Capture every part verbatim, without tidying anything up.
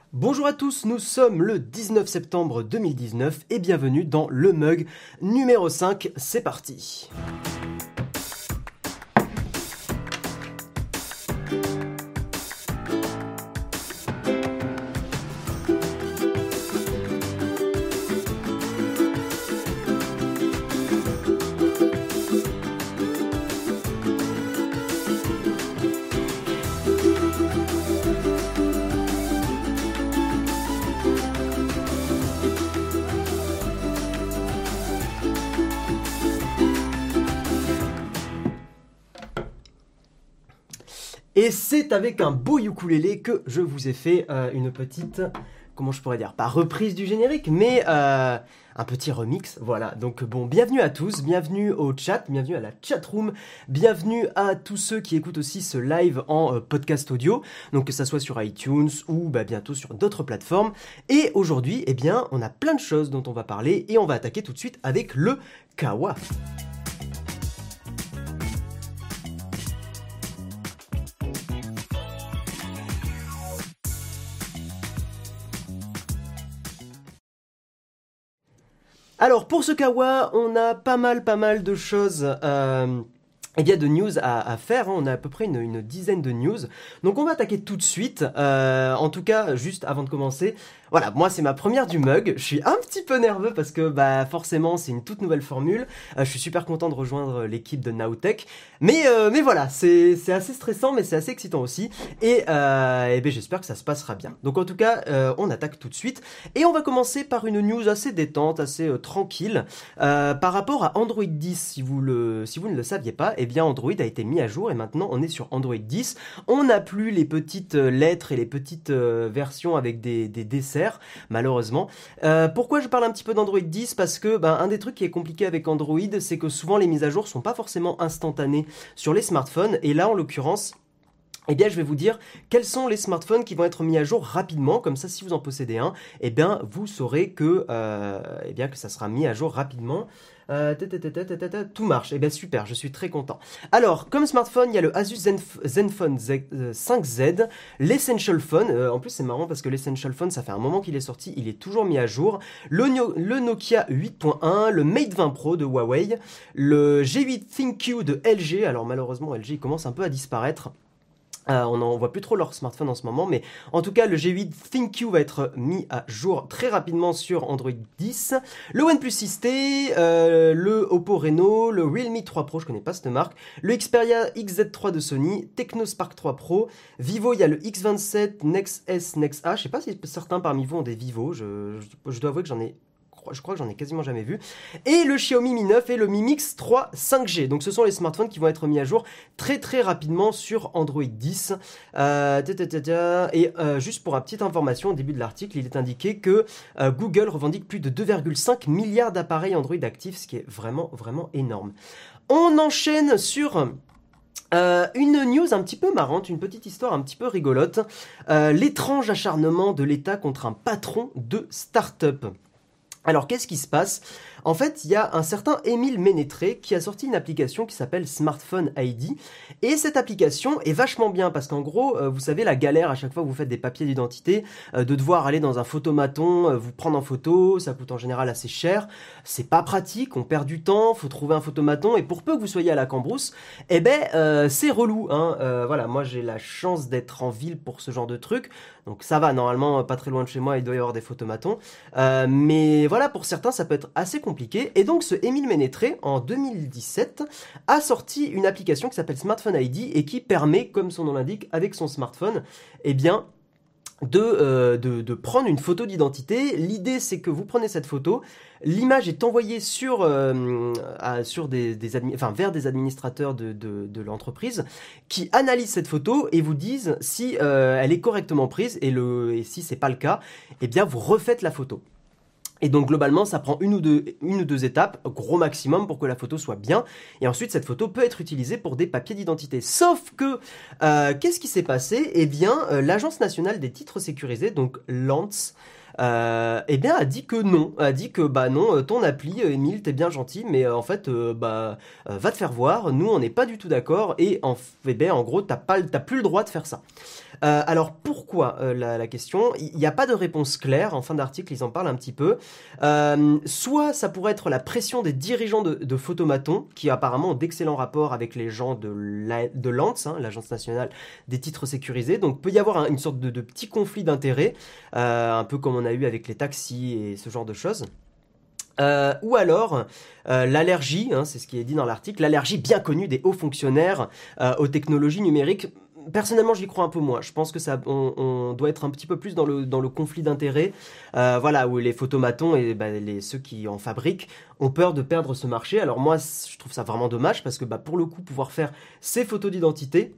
Bonjour à tous, nous sommes le dix-neuf septembre deux mille dix-neuf et bienvenue dans le mug numéro cinq, c'est parti. Et c'est avec un beau ukulélé que je vous ai fait euh, une petite, comment je pourrais dire, pas reprise du générique, mais euh, un petit remix, voilà. Donc bon, bienvenue à tous, bienvenue au chat, bienvenue à la chatroom, bienvenue à tous ceux qui écoutent aussi ce live en euh, podcast audio, donc que ça soit sur iTunes ou bah, bientôt sur d'autres plateformes. Et aujourd'hui, eh bien, on a plein de choses dont on va parler et on va attaquer tout de suite avec le Kawa. Alors pour ce Kawa, on a pas mal pas mal de choses, euh, eh bien de news à, à faire, hein. On a à peu près une, une dizaine de news, donc on va attaquer tout de suite, euh, en tout cas juste avant de commencer. Voilà, moi c'est ma première du mug, je suis un petit peu nerveux parce que bah forcément c'est une toute nouvelle formule, euh, je suis super content de rejoindre l'équipe de Nowtech, mais, euh, mais voilà, c'est, c'est assez stressant mais c'est assez excitant aussi, et, euh, et ben, j'espère que ça se passera bien. Donc en tout cas, euh, on attaque tout de suite, et on va commencer par une news assez détente, assez euh, tranquille, euh, par rapport à Android dix, si vous, le, si vous ne le saviez pas, eh bien Android a été mis à jour et maintenant on est sur Android dix, on n'a plus les petites lettres et les petites euh, versions avec des, des desserts, malheureusement. Euh, pourquoi je parle un petit peu d'Android dix? Parce que ben, un des trucs qui est compliqué avec Android, c'est que souvent les mises à jour sont pas forcément instantanées sur les smartphones, et là en l'occurrence, eh bien, je vais vous dire quels sont les smartphones qui vont être mis à jour rapidement. Comme ça, si vous en possédez un, eh bien, vous saurez que, euh, eh bien, que ça sera mis à jour rapidement. Euh, tout marche, et eh bien super, je suis très content. Alors, comme smartphone, il y a le Asus Zenf- Zenfone Z- euh, cinq Z, l'Essential Phone, euh, en plus c'est marrant parce que l'Essential Phone, ça fait un moment qu'il est sorti, il est toujours mis à jour, le, no- le Nokia huit point un, le Mate vingt Pro de Huawei, le G huit ThinQ de L G, alors malheureusement L G il commence un peu à disparaître. Euh, on n'en voit plus trop leur smartphone en ce moment, mais en tout cas, le G huit ThinQ va être mis à jour très rapidement sur Android dix. Le OnePlus six T, euh, le Oppo Reno, le Realme trois Pro, je connais pas cette marque, le Xperia X Z trois de Sony, Technospark trois Pro, Vivo, il y a le X vingt-sept, Nex S, Nex A, je sais pas si certains parmi vous ont des Vivo, je, je, je dois avouer que j'en ai... je crois que j'en ai quasiment jamais vu, et le Xiaomi Mi neuf et le Mi Mix trois cinq G. Donc ce sont les smartphones qui vont être mis à jour très très rapidement sur Android dix. Euh, et euh, juste pour une petite information, au début de l'article, il est indiqué que euh, Google revendique plus de deux virgule cinq milliards d'appareils Android actifs, ce qui est vraiment vraiment énorme. On enchaîne sur... Euh, une news un petit peu marrante, une petite histoire un petit peu rigolote. Euh, l'étrange acharnement de l'État contre un patron de start-up. Alors, qu'est-ce qui se passe? En fait, il y a un certain Émile Ménétré qui a sorti une application qui s'appelle Smartphone I D. Et cette application est vachement bien parce qu'en gros, euh, vous savez, la galère à chaque fois que vous faites des papiers d'identité, euh, de devoir aller dans un photomaton, euh, vous prendre en photo, ça coûte en général assez cher. C'est pas pratique, on perd du temps, faut trouver un photomaton. Et pour peu que vous soyez à la Cambrousse, eh ben, euh, c'est relou, hein. Euh, voilà, moi j'ai la chance d'être en ville pour ce genre de truc. Donc ça va, normalement, pas très loin de chez moi, il doit y avoir des photomatons. Euh, mais voilà, pour certains, ça peut être assez compliqué. Et donc, ce Émile Ménétré, en deux mille dix-sept, a sorti une application qui s'appelle Smartphone I D et qui permet, comme son nom l'indique, avec son smartphone, eh bien... De, euh, de, de prendre une photo d'identité. L'idée, c'est que vous prenez cette photo, l'image est envoyée sur, euh, à, sur des, des admi- enfin, vers des administrateurs de, de, de l'entreprise qui analysent cette photo et vous disent si euh, elle est correctement prise, et, le, et si c'est pas le cas, eh bien vous refaites la photo. Et donc globalement, ça prend une ou deux, une ou deux étapes, gros maximum, pour que la photo soit bien. Et ensuite, cette photo peut être utilisée pour des papiers d'identité. Sauf que, euh, qu'est-ce qui s'est passé? Eh bien, euh, l'Agence nationale des titres sécurisés, donc l'A N S, euh, eh bien, a dit que non, a dit que bah non, ton appli, Émile, t'es bien gentil, mais euh, en fait, euh, bah euh, va te faire voir. Nous, on n'est pas du tout d'accord, et en, eh bien, en gros, t'as pas, t'as plus le droit de faire ça. Euh, alors pourquoi euh, la, la question? Il n'y a pas de réponse claire. En fin d'article, ils en parlent un petit peu. Euh, soit ça pourrait être la pression des dirigeants de, de Photomaton, qui apparemment ont d'excellents rapports avec les gens de, la, de l'A N S, hein, l'Agence nationale des titres sécurisés. Donc peut y avoir un, une sorte de, de petit conflit d'intérêts, euh, un peu comme on a eu avec les taxis et ce genre de choses. Euh, ou alors euh, l'allergie, hein, c'est ce qui est dit dans l'article, l'allergie bien connue des hauts fonctionnaires euh, aux technologies numériques. Personnellement, j'y crois un peu moins. Je pense que ça, on, on doit être un petit peu plus dans le dans le conflit d'intérêts, euh, voilà, où les photomatons et bah, les ceux qui en fabriquent ont peur de perdre ce marché. Alors moi, je trouve ça vraiment dommage parce que bah, pour le coup, pouvoir faire ces photos d'identité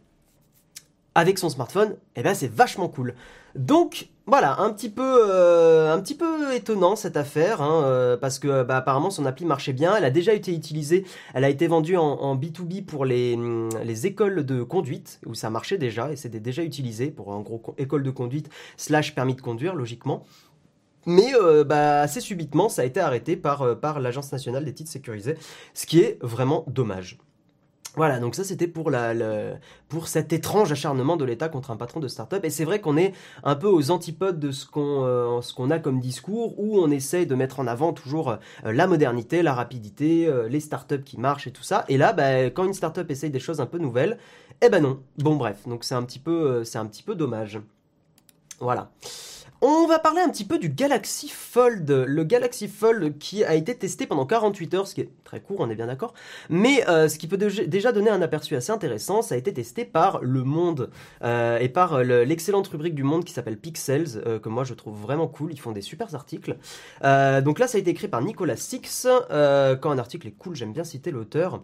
avec son smartphone, eh ben c'est vachement cool. Donc voilà, un petit peu, euh, un petit peu étonnant cette affaire, hein, euh, parce que bah, apparemment son appli marchait bien. Elle a déjà été utilisée, elle a été vendue en, en B deux B pour les, les écoles de conduite où ça marchait déjà et c'était déjà utilisé pour en gros école de conduite slash permis de conduire logiquement. Mais euh, bah, assez subitement, ça a été arrêté par, euh, par l'Agence nationale des titres sécurisés, ce qui est vraiment dommage. Voilà, donc ça c'était pour, la, la, pour cet étrange acharnement de l'État contre un patron de start-up. Et c'est vrai qu'on est un peu aux antipodes de ce qu'on, euh, ce qu'on a comme discours, où on essaye de mettre en avant toujours euh, la modernité, la rapidité, euh, les start-up qui marchent et tout ça. Et là, bah, quand une start-up essaye des choses un peu nouvelles, eh ben non. Bon bref, donc c'est un petit peu, euh, c'est un petit peu dommage. Voilà. On va parler un petit peu du Galaxy Fold, le Galaxy Fold qui a été testé pendant quarante-huit heures, ce qui est très court, on est bien d'accord, mais euh, ce qui peut de- déjà donner un aperçu assez intéressant, ça a été testé par Le Monde euh, et par le- l'excellente rubrique du Monde qui s'appelle Pixels, euh, que moi je trouve vraiment cool, ils font des super articles. Euh, donc là ça a été écrit par Nicolas Six, euh, quand un article est cool, j'aime bien citer l'auteur.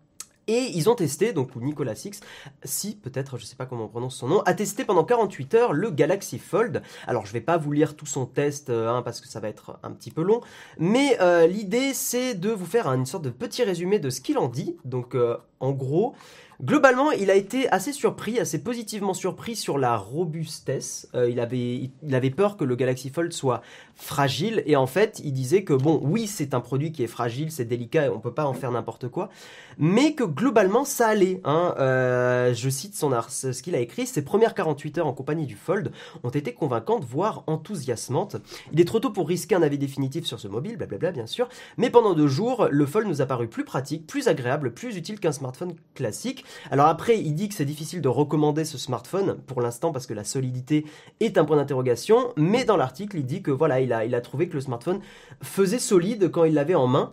Et ils ont testé, donc ou Nicolas Six, si peut-être, je sais pas comment on prononce son nom, a testé pendant quarante-huit heures le Galaxy Fold. Alors je vais pas vous lire tout son test, euh, hein, parce que ça va être un petit peu long, mais euh, l'idée c'est de vous faire une sorte de petit résumé de ce qu'il en dit. Donc euh, en gros, globalement il a été assez surpris, assez positivement surpris sur la robustesse. Euh, il, avait, il avait peur que le Galaxy Fold soit fragile, et en fait il disait que bon, oui c'est un produit qui est fragile, c'est délicat et on peut pas en faire n'importe quoi, mais que globalement ça allait, hein. Euh, je cite son art, ce qu'il a écrit: ses premières quarante-huit heures en compagnie du Fold ont été convaincantes, voire enthousiasmantes. Il est trop tôt pour risquer un avis définitif sur ce mobile, blablabla bien sûr, mais pendant deux jours, le Fold nous a paru plus pratique, plus agréable, plus utile qu'un smartphone classique. Alors après, il dit que c'est difficile de recommander ce smartphone pour l'instant parce que la solidité est un point d'interrogation, mais dans l'article, il dit que voilà, il a, il a trouvé que le smartphone faisait solide quand il l'avait en main,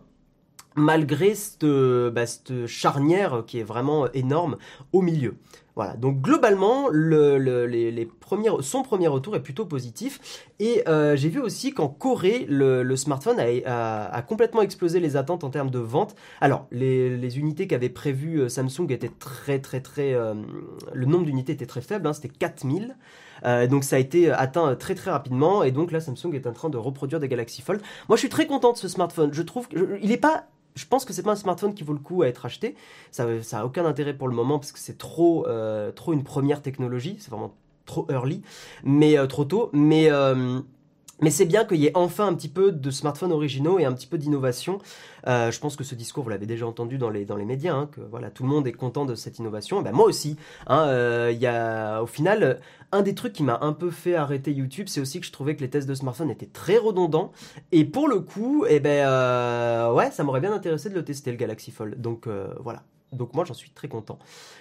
malgré cette, bah, cette charnière qui est vraiment énorme au milieu. Voilà, donc globalement, le, le, les, les premiers, son premier retour est plutôt positif. Et euh, j'ai vu aussi qu'en Corée, le, le smartphone a, a, a complètement explosé les attentes en termes de vente. Alors, les, les unités qu'avait prévues Samsung étaient très très très... Euh, le nombre d'unités était très faible, hein, c'était quatre mille. Euh, donc ça a été atteint très très rapidement. Et donc là, Samsung est en train de reproduire des Galaxy Fold. Moi, je suis très content de ce smartphone. Je trouve qu'il n'est pas... Je pense que c'est pas un smartphone qui vaut le coup à être acheté. Ça, ça a aucun intérêt pour le moment parce que c'est trop, euh, trop une première technologie. C'est vraiment trop early, mais euh, trop tôt. Mais euh, mais c'est bien qu'il y ait enfin un petit peu de smartphones originaux et un petit peu d'innovation. Euh, je pense que ce discours, vous l'avez déjà entendu dans les, dans les médias, hein, que voilà, tout le monde est content de cette innovation. Et ben moi aussi. Hein, euh, y a, au final, un des trucs qui m'a un peu fait arrêter YouTube, c'est aussi que je trouvais que les tests de smartphones étaient très redondants. Et pour le coup, eh ben, euh, ouais, ça m'aurait bien intéressé de le tester, le Galaxy Fold. Donc euh, voilà. Donc moi, j'en suis très content.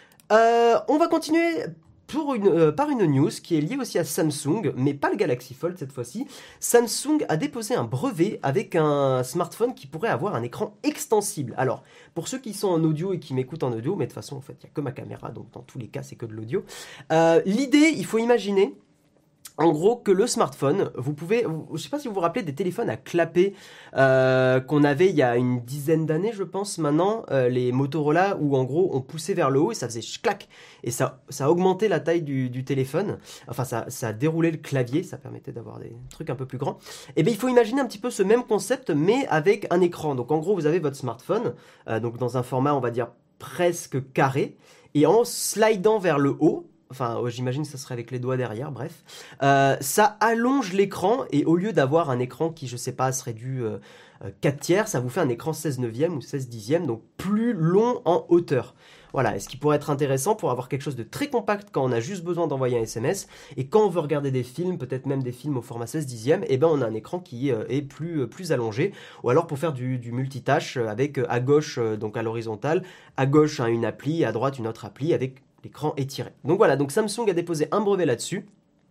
Euh, on va continuer pour une, euh, par une news qui est liée aussi à Samsung, mais pas le Galaxy Fold cette fois-ci. Samsung a déposé un brevet avec un smartphone qui pourrait avoir un écran extensible. Alors, pour ceux qui sont en audio et qui m'écoutent en audio, mais de toute façon, en fait, il n'y a que ma caméra, donc dans tous les cas, c'est que de l'audio. Euh, l'idée, il faut imaginer... En gros, que le smartphone, vous pouvez, je ne sais pas si vous vous rappelez des téléphones à clapper euh, qu'on avait il y a une dizaine d'années, je pense maintenant, euh, les Motorola, où en gros on poussait vers le haut et ça faisait clac, et ça, ça augmentait la taille du, du téléphone, enfin ça, ça déroulait le clavier, ça permettait d'avoir des trucs un peu plus grands. Et bien il faut imaginer un petit peu ce même concept, mais avec un écran. Donc en gros, vous avez votre smartphone, euh, donc dans un format, on va dire, presque carré, et en slidant vers le haut, enfin j'imagine que ça serait avec les doigts derrière, bref, euh, ça allonge l'écran, et au lieu d'avoir un écran qui, je sais pas, serait du euh, quatre tiers, ça vous fait un écran seize neuvième ou seize dixième, donc plus long en hauteur. Voilà, et ce qui pourrait être intéressant pour avoir quelque chose de très compact quand on a juste besoin d'envoyer un S M S, et quand on veut regarder des films, peut-être même des films au format seize dixième, et ben on a un écran qui euh, est plus, euh, plus allongé, ou alors pour faire du, du multitâche avec euh, à gauche, euh, donc à l'horizontale, à gauche hein, une appli, à droite une autre appli avec l'écran étiré. Donc voilà, donc Samsung a déposé un brevet là-dessus.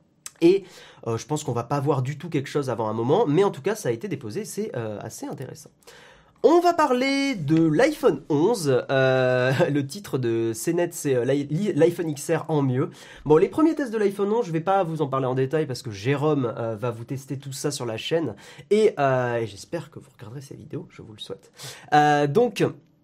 Et euh, je pense qu'on va pas voir du tout quelque chose avant un moment, mais en tout cas ça a été déposé, c'est euh, assez intéressant. On va parler de l'iPhone onze, euh, le titre de C net c'est euh, l'iPhone X R en mieux. Bon, les premiers tests de l'iPhone onze, je vais pas vous en parler en détail parce que Jérôme euh, va vous tester tout ça sur la chaîne, et, euh, et j'espère que vous regarderez ces vidéos, je vous le souhaite. Euh, donc...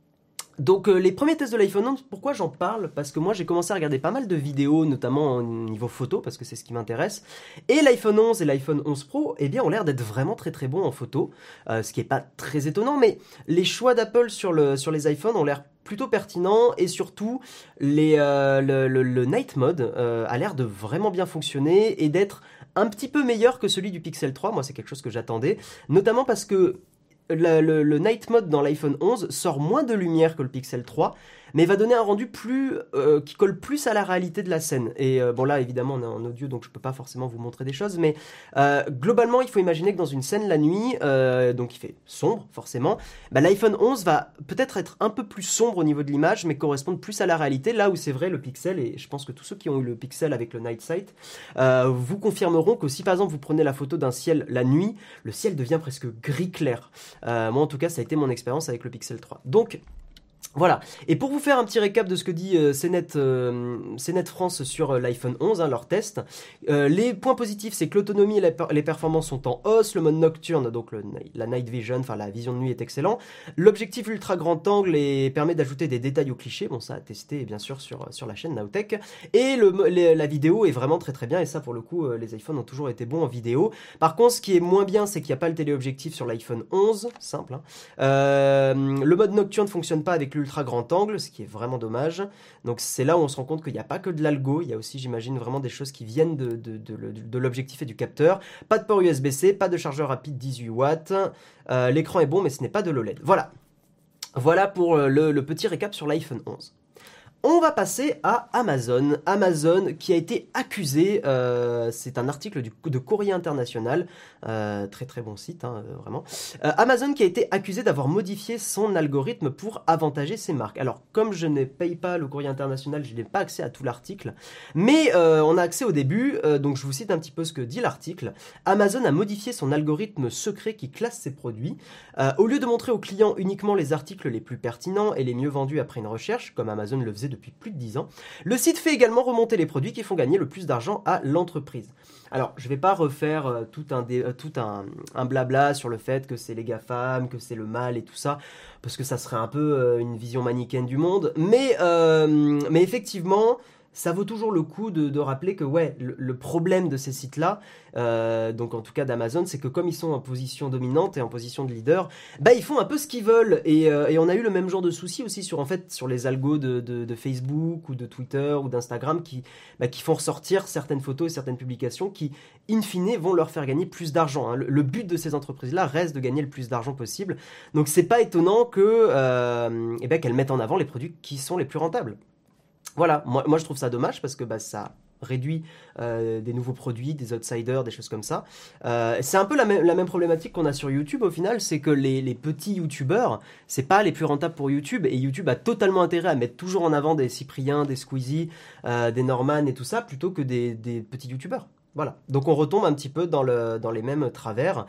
Donc euh, les premiers tests de l'iPhone onze, pourquoi j'en parle? Parce que moi j'ai commencé à regarder pas mal de vidéos, notamment au niveau photo, parce que c'est ce qui m'intéresse. Et l'iPhone onze et l'iPhone onze Pro, eh bien, ont l'air d'être vraiment très très bons en photo, euh, ce qui est pas très étonnant, mais les choix d'Apple sur, le, sur les iPhones ont l'air plutôt pertinents, et surtout les, euh, le, le, le Night Mode euh, a l'air de vraiment bien fonctionner et d'être un petit peu meilleur que celui du Pixel trois. Moi c'est quelque chose que j'attendais, notamment parce que Le, le, le Night Mode dans l'iPhone onze sort moins de lumière que le Pixel trois, mais va donner un rendu plus, euh, qui colle plus à la réalité de la scène. Et euh, bon là évidemment on est en audio donc je peux pas forcément vous montrer des choses, mais euh, globalement il faut imaginer que dans une scène la nuit, euh, donc il fait sombre forcément, bah, l'iPhone onze va peut-être être un peu plus sombre au niveau de l'image, mais correspondre plus à la réalité, là où c'est vrai le Pixel, et je pense que tous ceux qui ont eu le Pixel avec le Night Sight euh, vous confirmeront que si par exemple vous prenez la photo d'un ciel la nuit, le ciel devient presque gris clair. Euh, moi en tout cas ça a été mon expérience avec le Pixel trois. Donc voilà, et pour vous faire un petit récap de ce que dit euh, C net, euh, C net France sur euh, l'iPhone onze, hein, leur test, euh, les points positifs c'est que l'autonomie et la, les performances sont en hausse, le mode nocturne, donc le, la night vision, enfin la vision de nuit est excellent, l'objectif ultra grand angle et permet d'ajouter des détails au cliché, bon ça à tester bien sûr sur, sur la chaîne Nowtech, et le, les, la vidéo est vraiment très très bien, et ça pour le coup euh, les iPhones ont toujours été bons en vidéo. Par contre ce qui est moins bien c'est qu'il n'y a pas le téléobjectif sur l'iPhone onze, simple, hein. euh, le mode nocturne ne fonctionne pas avec l'ultra grand angle, ce qui est vraiment dommage. Donc c'est là où on se rend compte qu'il n'y a pas que de l'algo, il y a aussi j'imagine vraiment des choses qui viennent de, de, de, de, de l'objectif et du capteur. Pas de port U S B C, pas de chargeur rapide dix-huit watts, euh, l'écran est bon mais ce n'est pas de l'O L E D. Voilà, voilà pour le, le petit récap sur l'iPhone onze. On va passer à Amazon. Amazon qui a été accusé, euh, c'est un article du, de Courrier International, euh, très très bon site, hein, euh, vraiment. Euh, Amazon qui a été accusé d'avoir modifié son algorithme pour avantager ses marques. Alors comme je ne paye pas le Courrier International, je n'ai pas accès à tout l'article, mais euh, on a accès au début, euh, donc je vous cite un petit peu ce que dit l'article. Amazon a modifié son algorithme secret qui classe ses produits. Euh, au lieu de montrer aux clients uniquement les articles les plus pertinents et les mieux vendus après une recherche, comme Amazon le faisait depuis plus de dix ans, le site fait également remonter les produits qui font gagner le plus d'argent à l'entreprise. Alors, je ne vais pas refaire euh, tout, un, dé, euh, tout un, un blabla sur le fait que c'est les GAFAM, que c'est le mal et tout ça, parce que ça serait un peu euh, une vision manichéenne du monde, mais, euh, mais effectivement... ça vaut toujours le coup de, de rappeler que ouais, le, le problème de ces sites-là, euh, donc en tout cas d'Amazon, c'est que comme ils sont en position dominante et en position de leader, bah ils font un peu ce qu'ils veulent. Et, euh, et on a eu le même genre de souci aussi sur en fait sur les algos de, de, de Facebook ou de Twitter ou d'Instagram qui, bah, qui font ressortir certaines photos et certaines publications qui, in fine, vont leur faire gagner plus d'argent. Hein. Le, le but de ces entreprises-là reste de gagner le plus d'argent possible. Donc c'est pas étonnant que euh, eh ben, qu'elles mettent en avant les produits qui sont les plus rentables. Voilà, moi, moi je trouve ça dommage parce que bah, ça réduit euh, des nouveaux produits, des outsiders, des choses comme ça. Euh, c'est un peu la même, la même problématique qu'on a sur YouTube au final, c'est que les, les petits YouTubeurs, c'est pas les plus rentables pour YouTube, et YouTube a totalement intérêt à mettre toujours en avant des Cyprien, des Squeezie, euh, des Norman et tout ça, plutôt que des, des petits YouTubeurs. Voilà, donc on retombe un petit peu dans, le, dans les mêmes travers.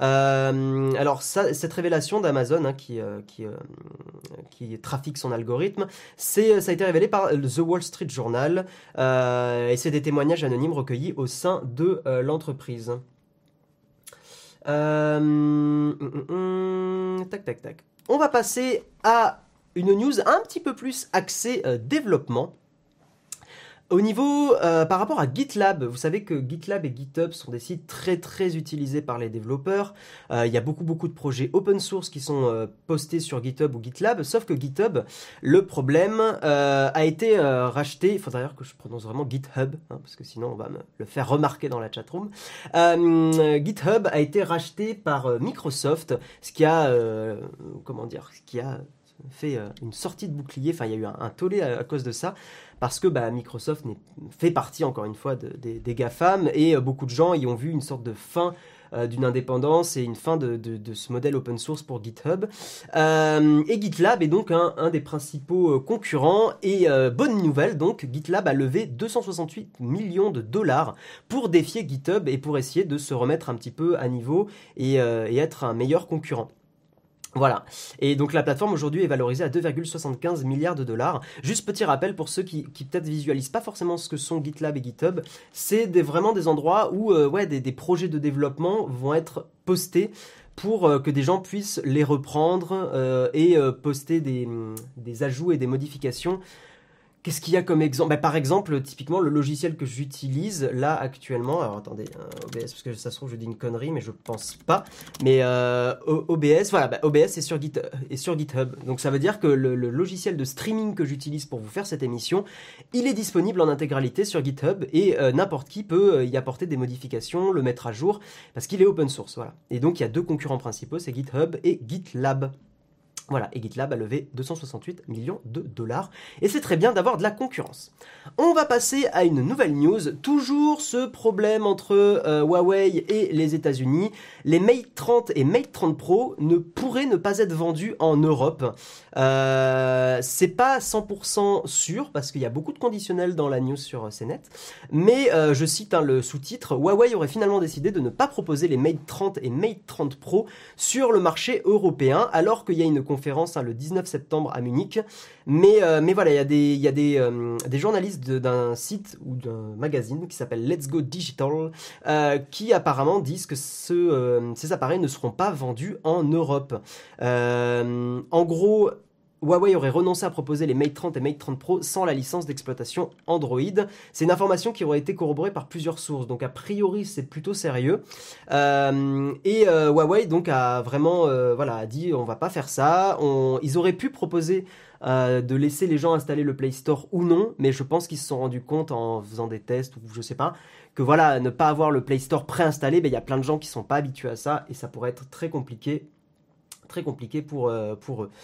Euh, alors ça, cette révélation d'Amazon hein, qui, euh, qui, euh, qui trafique son algorithme, c'est, ça a été révélé par The Wall Street Journal euh, et c'est des témoignages anonymes recueillis au sein de euh, l'entreprise. Euh, hum, hum, hum, tac, tac, tac. On va passer à une news un petit peu plus axée euh, développement. Au niveau, euh, par rapport à GitLab, vous savez que GitLab et GitHub sont des sites très très utilisés par les développeurs. Euh, il y a beaucoup beaucoup de projets open source qui sont euh, postés sur GitHub ou GitLab, sauf que GitHub, le problème euh, a été euh, racheté, il faudrait d'ailleurs que je prononce vraiment GitHub, hein, parce que sinon on va me le faire remarquer dans la chatroom. Euh, GitHub a été racheté par euh, Microsoft, ce qui a, euh, comment dire, ce qui a... fait euh, une sortie de bouclier, enfin il y a eu un, un tollé à, à cause de ça, parce que bah, Microsoft n'est, fait partie encore une fois de, de, des GAFAM, et euh, beaucoup de gens y ont vu une sorte de fin euh, d'une indépendance et une fin de, de, de ce modèle open source pour GitHub. Euh, et GitLab est donc un, un des principaux concurrents, et euh, bonne nouvelle donc, GitLab a levé deux cent soixante-huit millions de dollars pour défier GitHub et pour essayer de se remettre un petit peu à niveau et, euh, et être un meilleur concurrent. Voilà, et donc la plateforme aujourd'hui est valorisée à deux virgule soixante-quinze milliards de dollars. Juste petit rappel pour ceux qui, qui peut-être visualisent pas forcément ce que sont GitLab et GitHub, c'est des, vraiment des endroits où euh, ouais, des, des projets de développement vont être postés pour euh, que des gens puissent les reprendre euh, et euh, poster des, des ajouts et des modifications. Qu'est-ce qu'il y a comme exemple? Bah, par exemple, typiquement, le logiciel que j'utilise là actuellement, alors attendez, euh, O B S, parce que ça se trouve je dis une connerie, mais je pense pas, mais euh, O B S, voilà, bah, O B S est sur, Git, est sur GitHub, donc ça veut dire que le, le logiciel de streaming que j'utilise pour vous faire cette émission, il est disponible en intégralité sur GitHub, et euh, n'importe qui peut euh, y apporter des modifications, le mettre à jour, parce qu'il est open source, voilà. Et donc il y a deux concurrents principaux, c'est GitHub et GitLab. Voilà, et GitLab a levé deux cent soixante-huit millions de dollars, et c'est très bien d'avoir de la concurrence. On va passer à une nouvelle news, toujours ce problème entre euh, Huawei et les États-Unis. Les Mate trente et Mate trente Pro ne pourraient ne pas être vendus en Europe. Euh, c'est pas cent pour cent sûr, parce qu'il y a beaucoup de conditionnels dans la news sur C net, mais euh, je cite hein, le sous-titre, Huawei aurait finalement décidé de ne pas proposer les Mate trente et Mate trente Pro sur le marché européen, alors qu'il y a une conférence hein, le dix-neuf septembre à Munich, mais, euh, mais voilà, il y a des, il y a des, euh, des journalistes de, d'un site ou d'un magazine qui s'appelle Let's Go Digital euh, qui apparemment disent que ce, euh, ces appareils ne seront pas vendus en Europe. Euh, en gros, Huawei aurait renoncé à proposer les Mate trente et Mate trente Pro sans la licence d'exploitation Android. C'est une information qui aurait été corroborée par plusieurs sources, donc a priori c'est plutôt sérieux. Euh, et euh, Huawei donc a vraiment euh, voilà, a dit on va pas faire ça. On, ils auraient pu proposer euh, de laisser les gens installer le Play Store ou non, mais je pense qu'ils se sont rendus compte en faisant des tests ou je sais pas, que voilà, ne pas avoir le Play Store préinstallé, ben, y a plein de gens qui sont pas habitués à ça et ça pourrait être très compliqué. Très compliqué pour, euh, pour eux.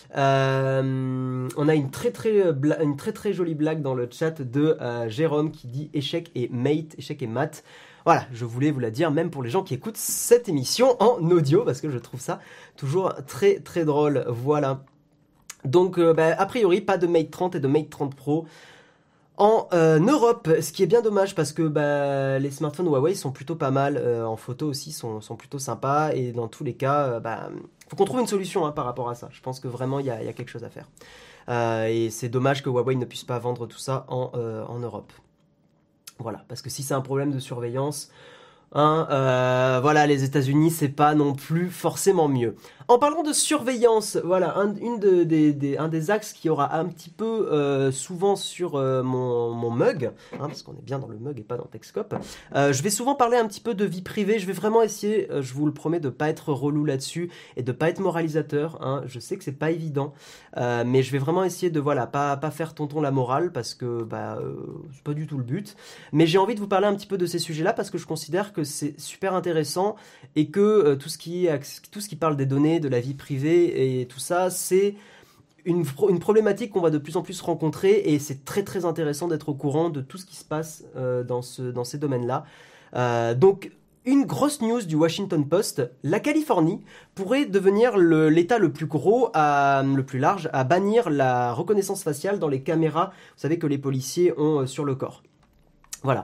Euh, on a une très très, bla- une très très jolie blague dans le chat de euh, Jérôme qui dit échec et mate, échec et mat. Voilà, je voulais vous la dire, même pour les gens qui écoutent cette émission en audio, parce que je trouve ça toujours très très drôle. Voilà. Donc, euh, bah, a priori, pas de Mate trente et de Mate trente Pro en euh, Europe, ce qui est bien dommage parce que bah, les smartphones Huawei sont plutôt pas mal, euh, en photo aussi sont, sont plutôt sympas, et dans tous les cas, euh, bah, faut qu'on trouve une solution hein, par rapport à ça. Je pense que vraiment il y a, y a quelque chose à faire. Euh, et c'est dommage que Huawei ne puisse pas vendre tout ça en, euh, en Europe. Voilà, parce que si c'est un problème de surveillance, hein, euh, voilà, les États-Unis c'est pas non plus forcément mieux. En parlant de surveillance, voilà, un, une de, des, des, un des axes qui aura un petit peu euh, souvent sur euh, mon, mon mug, hein, parce qu'on est bien dans le mug et pas dans Techscope, euh, je vais souvent parler un petit peu de vie privée, je vais vraiment essayer, euh, je vous le promets, de pas être relou là-dessus et de pas être moralisateur, hein. Je sais que c'est pas évident, euh, mais je vais vraiment essayer de, voilà, pas, pas faire tonton la morale, parce que bah, euh, c'est pas du tout le but, mais j'ai envie de vous parler un petit peu de ces sujets-là, parce que je considère que c'est super intéressant, et que euh, tout ce qui, tout ce qui parle des données, de la vie privée et tout ça, c'est une, une problématique qu'on va de plus en plus rencontrer, et c'est très très intéressant d'être au courant de tout ce qui se passe euh, dans, ce, dans ces domaines-là. Euh, donc, une grosse news du Washington Post, la Californie pourrait devenir le, l'État le plus gros, à, le plus large, à bannir la reconnaissance faciale dans les caméras, vous savez, que les policiers ont euh, sur le corps. Voilà.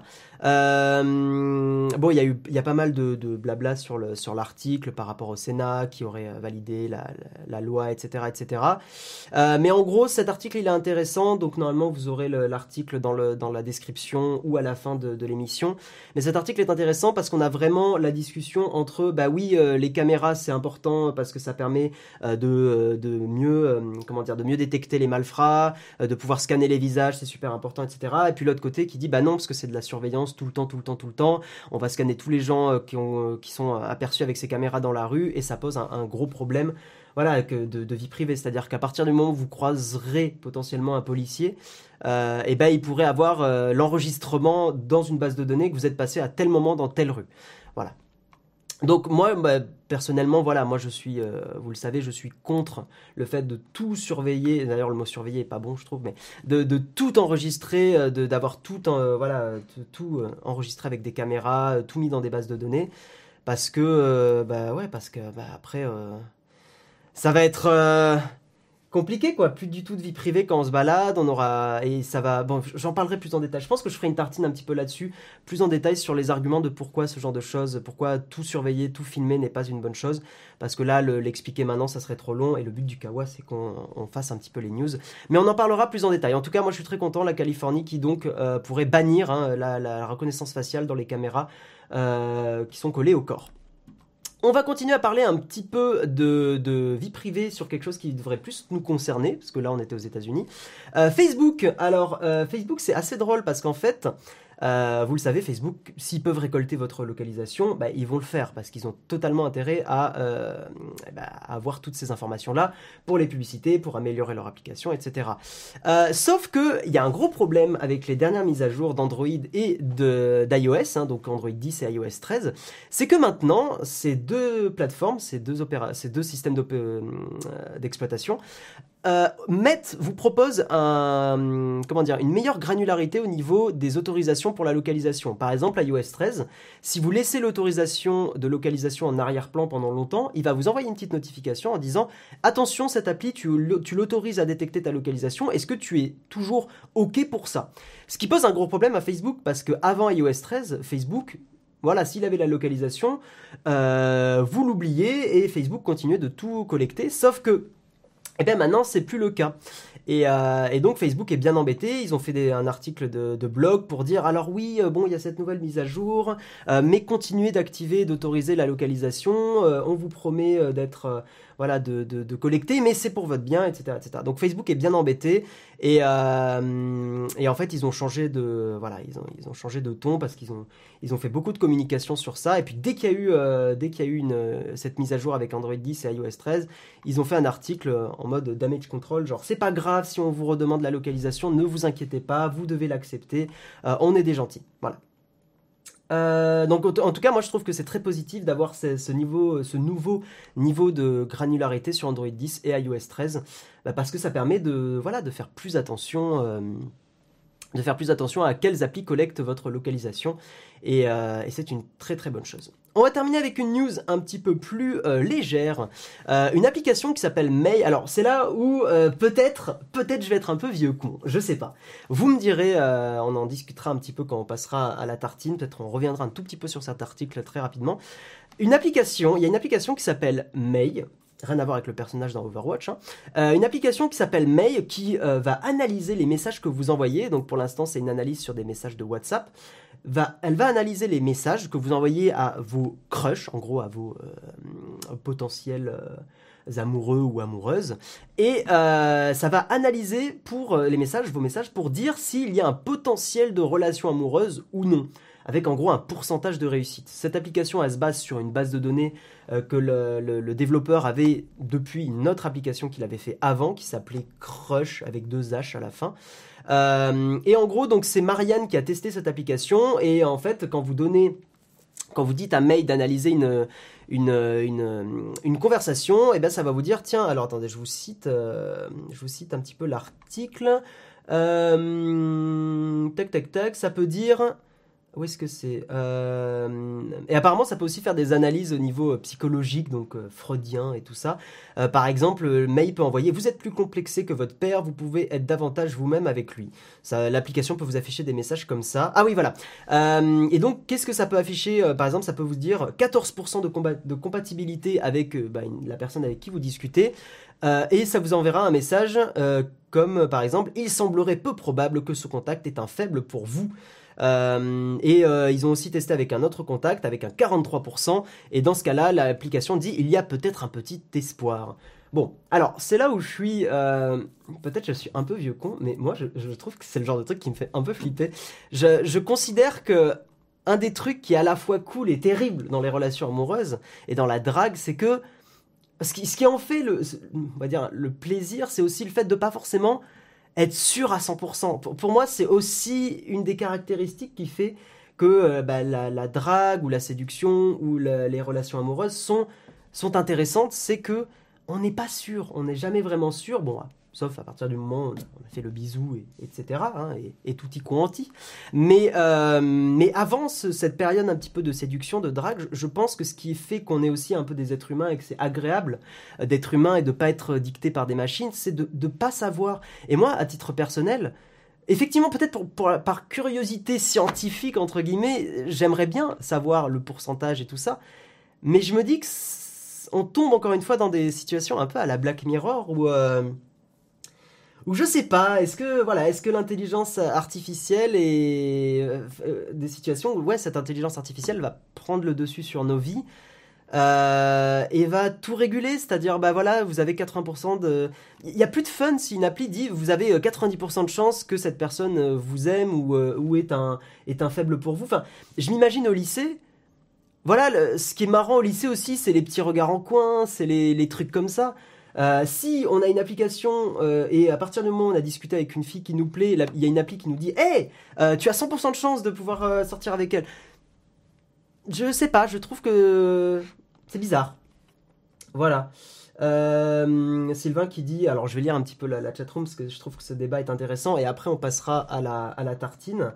Euh, bon, il y a eu, il y a pas mal de, de blabla sur le, sur l'article par rapport au Sénat qui aurait validé la, la, la loi, et cetera, et cetera. Euh, mais en gros, cet article il est intéressant, donc normalement vous aurez le, l'article dans le, dans la description ou à la fin de, de l'émission. Mais cet article est intéressant parce qu'on a vraiment la discussion entre, bah oui, euh, les caméras c'est important parce que ça permet euh, de, de mieux, euh, comment dire, de mieux détecter les malfrats, euh, de pouvoir scanner les visages, c'est super important, et cetera. Et puis l'autre côté qui dit, bah non, parce que c'est de la surveillance tout le temps, tout le temps, tout le temps. On va scanner tous les gens euh, qui, ont, euh, qui sont aperçus avec ces caméras dans la rue, et ça pose un, un gros problème, voilà, que de, de vie privée. C'est-à-dire qu'à partir du moment où vous croiserez potentiellement un policier, euh, et ben il pourrait avoir euh, l'enregistrement dans une base de données que vous êtes passé à tel moment dans telle rue. Voilà. Donc moi, bah, personnellement, voilà, moi je suis, euh, vous le savez, je suis contre le fait de tout surveiller. D'ailleurs, le mot surveiller est pas bon, je trouve, mais de, de tout enregistrer, euh, de, d'avoir tout, en- voilà, tout, tout, euh, enregistré avec des caméras, euh, tout mis dans des bases de données, parce que, euh, bah ouais, parce que bah, après, euh, ça va être, euh, compliqué quoi, plus du tout de vie privée quand on se balade, on aura et ça va bon, j'en parlerai plus en détail. Je pense que je ferai une tartine un petit peu là-dessus, plus en détail sur les arguments de pourquoi ce genre de choses, pourquoi tout surveiller, tout filmer n'est pas une bonne chose parce que là le- l'expliquer maintenant ça serait trop long et le but du Kawa c'est qu'on on fasse un petit peu les news. Mais on en parlera plus en détail. En tout cas, moi je suis très content la Californie qui donc euh, pourrait bannir hein, la, la reconnaissance faciale dans les caméras euh, qui sont collées au corps. On va continuer à parler un petit peu de, de vie privée sur quelque chose qui devrait plus nous concerner, parce que là on était aux États-Unis. Euh, Facebook, alors euh, Facebook c'est assez drôle parce qu'en fait, euh, vous le savez, Facebook, s'ils peuvent récolter votre localisation, bah, ils vont le faire parce qu'ils ont totalement intérêt à, euh, bah, à avoir toutes ces informations-là pour les publicités, pour améliorer leur application, et cetera. Euh, sauf qu'il y a un gros problème avec les dernières mises à jour d'Android et de, d'iOS, hein, donc Android dix et iOS treize, c'est que maintenant, ces deux plateformes, ces deux, opéra- ces deux systèmes euh, d'exploitation, euh, mettent, vous proposent un, comment dire, une meilleure granularité au niveau des autorisations pour la localisation. Par exemple, iOS treize, si vous laissez l'autorisation de localisation en arrière-plan pendant longtemps, il va vous envoyer une petite notification en disant « Attention, cette appli, tu, tu l'autorises à détecter ta localisation. Est-ce que tu es toujours OK pour ça ?» Ce qui pose un gros problème à Facebook parce qu'avant iOS treize, Facebook... Voilà, s'il avait la localisation, euh, vous l'oubliez et Facebook continuait de tout collecter. Sauf que, eh bien maintenant, c'est plus le cas. Et, euh, et donc Facebook est bien embêté. Ils ont fait des- un article de, de blog pour dire alors oui, euh, bon, il y a cette nouvelle mise à jour, euh, mais continuez d'activer, d'autoriser la localisation. Euh, on vous promet euh, d'être, euh, voilà, de, de, de collecter, mais c'est pour votre bien, et cetera, et cetera. Donc Facebook est bien embêté et, euh, et en fait ils ont changé de, voilà, ils ont, ils ont changé de ton parce qu'ils ont, ils ont fait beaucoup de communication sur ça. Et puis dès qu'il y a eu, euh, dès qu'il y a eu une, cette mise à jour avec Android dix et iOS treize, ils ont fait un article en mode damage control, genre c'est pas grave si on vous redemande la localisation, ne vous inquiétez pas, vous devez l'accepter, euh, on est des gentils, voilà. Euh, donc en tout cas moi je trouve que c'est très positif d'avoir ce, ce niveau, ce nouveau niveau de granularité sur Android dix et iOS treize, bah, parce que ça permet de, voilà, de faire plus attention euh, de faire plus attention à quelles applis collectent votre localisation et, euh, et c'est une très très bonne chose. On va terminer avec une news un petit peu plus euh, légère, euh, une application qui s'appelle May. Alors c'est là où euh, peut-être, peut-être je vais être un peu vieux con, je sais pas. Vous me direz, euh, on en discutera un petit peu quand on passera à la tartine, peut-être on reviendra un tout petit peu sur cet article très rapidement. Une application, il y a une application qui s'appelle May. Rien à voir avec le personnage dans Overwatch. Hein. Euh, une application qui s'appelle May qui euh, va analyser les messages que vous envoyez. Donc pour l'instant, c'est une analyse sur des messages de WhatsApp. Va, elle va analyser les messages que vous envoyez à vos crushs, en gros à vos euh, potentiels euh, amoureux ou amoureuses. Et euh, ça va analyser pour euh, les messages, vos messages, pour dire s'il y a un potentiel de relation amoureuse ou non, avec en gros un pourcentage de réussite. Cette application, elle se base sur une base de données euh, que le, le, le développeur avait depuis une autre application qu'il avait fait avant, qui s'appelait Crush, avec deux H à la fin. Euh, et en gros, donc c'est Marianne qui a testé cette application, et en fait, quand vous donnez... Quand vous dites à May d'analyser une, une, une, une conversation, et ben ça va vous dire, tiens, alors attendez, je vous cite, euh, je vous cite un petit peu l'article. Euh, tac, tac, tac, ça peut dire... Où est-ce que c'est euh... Et apparemment, ça peut aussi faire des analyses au niveau psychologique, donc euh, freudien et tout ça. Euh, par exemple, May peut envoyer « Vous êtes plus complexé que votre père, vous pouvez être davantage vous-même avec lui ». Ça, l'application peut vous afficher des messages comme ça. Ah oui, voilà. Euh, et donc, qu'est-ce que ça peut afficher euh, Par exemple, ça peut vous dire quatorze pour cent de, combat- de compatibilité avec euh, bah, une- la personne avec qui vous discutez. Euh, et ça vous enverra un message euh, comme, par exemple « Il semblerait peu probable que ce contact est un faible pour vous ». Euh, et euh, ils ont aussi testé avec un autre contact, avec un quarante-trois pour cent, et dans ce cas-là, l'application dit il y a peut-être un petit espoir. Bon, alors c'est là où je suis, euh, peut-être je suis un peu vieux con, mais moi je, je trouve que c'est le genre de truc qui me fait un peu flipper. Je, je considère que un des trucs qui est à la fois cool et terrible dans les relations amoureuses et dans la drague, c'est que ce qui, ce qui en fait le, on va dire, le plaisir, c'est aussi le fait de pas forcément être sûr à cent pour cent. Pour, pour moi, c'est aussi une des caractéristiques qui fait que euh, bah, la, la drague ou la séduction ou la- les relations amoureuses sont, sont intéressantes, c'est que on n'est pas sûr, on n'est jamais vraiment sûr, bon, sauf à partir du moment où on a, on a fait le bisou, et, etc., hein, et, et tutti quanti. Mais, euh, mais avant ce- cette période un petit peu de séduction, de drague, je, je pense que ce qui fait qu'on est aussi un peu des êtres humains et que c'est agréable euh, d'être humain et de pas être dicté par des machines, c'est de ne pas savoir. Et moi, à titre personnel, effectivement, peut-être pour, pour- par curiosité scientifique, entre guillemets, j'aimerais bien savoir le pourcentage et tout ça, mais je me dis que c- on tombe encore une fois dans des situations un peu à la Black Mirror où, euh, où je sais pas, est-ce que voilà, est-ce que l'intelligence artificielle et euh, euh, des situations où ouais, cette intelligence artificielle va prendre le dessus sur nos vies euh, et va tout réguler, c'est-à-dire bah voilà, vous avez quatre-vingts pour cent de, il y a plus de fun si une appli dit vous avez euh, quatre-vingt-dix pour cent de chance que cette personne euh, vous aime ou, euh, ou est un est un faible pour vous. Enfin, je m'imagine au lycée. Voilà, le- ce qui est marrant au lycée aussi, c'est les petits regards en coin, c'est les, les trucs comme ça. Euh, si on a une application euh, et à partir du moment où on a discuté avec une fille qui nous plaît, la- il y a une appli qui nous dit Hey, euh, tu as cent pour cent de chance de pouvoir euh, sortir avec elle. Je sais pas, je trouve que c'est bizarre. Voilà. Euh, Sylvain qui dit, alors je vais lire un petit peu la, la chatroom parce que je trouve que ce débat est intéressant et après on passera à la, à la tartine.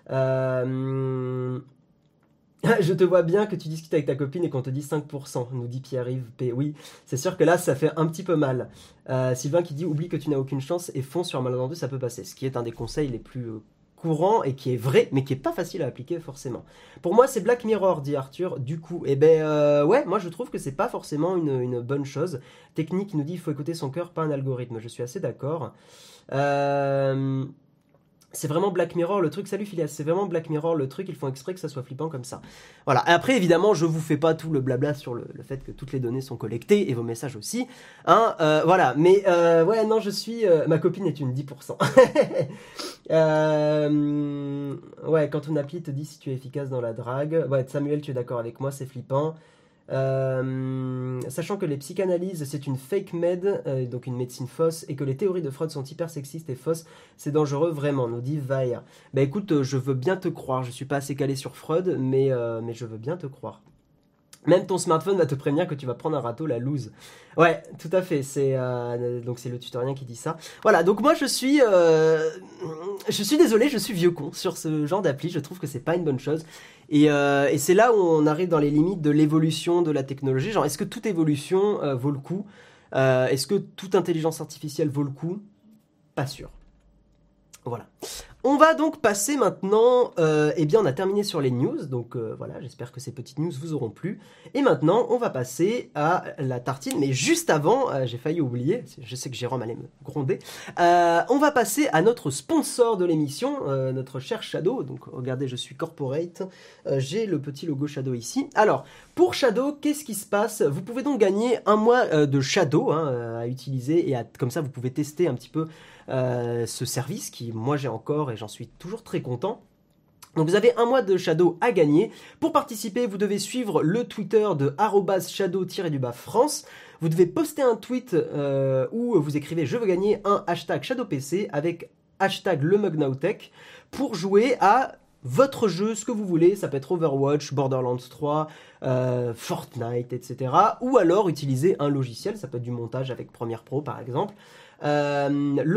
Euh, Je te vois bien que tu discutes avec ta copine et qu'on te dit cinq pour cent, nous dit Pierre-Yves P. Oui, c'est sûr que là, ça fait un petit peu mal. Euh, Sylvain qui dit oublie que tu n'as aucune chance et fonce sur un malentendu, ça peut passer. Ce qui est un des conseils les plus euh, courants et qui est vrai, mais qui est pas facile à appliquer forcément. Pour moi, c'est Black Mirror, dit Arthur. Du coup, eh ben euh, ouais, moi je trouve que c'est pas forcément une, une bonne chose. Technique nous dit il faut écouter son cœur, pas un algorithme. Je suis assez d'accord. Euh, c'est vraiment Black Mirror le truc, salut Phileas, c'est vraiment Black Mirror le truc, ils font exprès que ça soit flippant comme ça. Voilà, et après évidemment je vous fais pas tout le blabla sur le, le fait que toutes les données sont collectées, et vos messages aussi, hein, euh, voilà, mais euh, ouais non je suis, euh, ma copine est une dix pour cent. Euh, ouais, quand une appli te dit si tu es efficace dans la drague, ouais Samuel tu es d'accord avec moi, c'est flippant. Euh, sachant que les psychanalyses c'est une fake med, euh, donc une médecine fausse, et que les théories de Freud sont hyper sexistes et fausses, c'est dangereux vraiment, nous dit Vaya. Bah écoute, euh, je veux bien te croire, je suis pas assez calé sur Freud, mais, euh, mais je veux bien te croire. Même ton smartphone va te prévenir que tu vas prendre un râteau, la loose. Ouais, tout à fait. C'est euh, donc c'est le tutorien qui dit ça. Voilà. Donc moi je suis, euh, je suis désolé, je suis vieux con sur ce genre d'appli. Je trouve que c'est pas une bonne chose. Et, euh, et c'est là où on arrive dans les limites de l'évolution de la technologie. Genre, est-ce que toute évolution euh, vaut le coup? Euh, Est-ce que toute intelligence artificielle vaut le coup? Pas sûr. Voilà. On va donc passer maintenant, euh, eh bien on a terminé sur les news, donc euh, voilà, j'espère que ces petites news vous auront plu. Et maintenant, on va passer à la tartine, mais juste avant, euh, j'ai failli oublier, je sais que Jérôme allait me gronder, euh, on va passer à notre sponsor de l'émission, euh, notre cher Shadow, donc regardez, je suis corporate, euh, j'ai le petit logo Shadow ici. Alors, pour Shadow, qu'est-ce qui se passe? Vous pouvez donc gagner un mois euh, de Shadow hein, euh, à utiliser, et à, comme ça vous pouvez tester un petit peu euh, ce service qui, moi j'ai encore et j'en suis toujours très content. Donc vous avez un mois de Shadow à gagner. Pour participer, vous devez suivre le Twitter de arobase shadow-du-bas France. Vous devez poster un tweet euh, où vous écrivez « Je veux gagner » un hashtag ShadowPC avec hashtag LeMugNowTech pour jouer à votre jeu, ce que vous voulez. Ça peut être Overwatch, Borderlands trois, euh, Fortnite, et cetera. Ou alors utiliser un logiciel, ça peut être du montage avec Premiere Pro par exemple. Euh,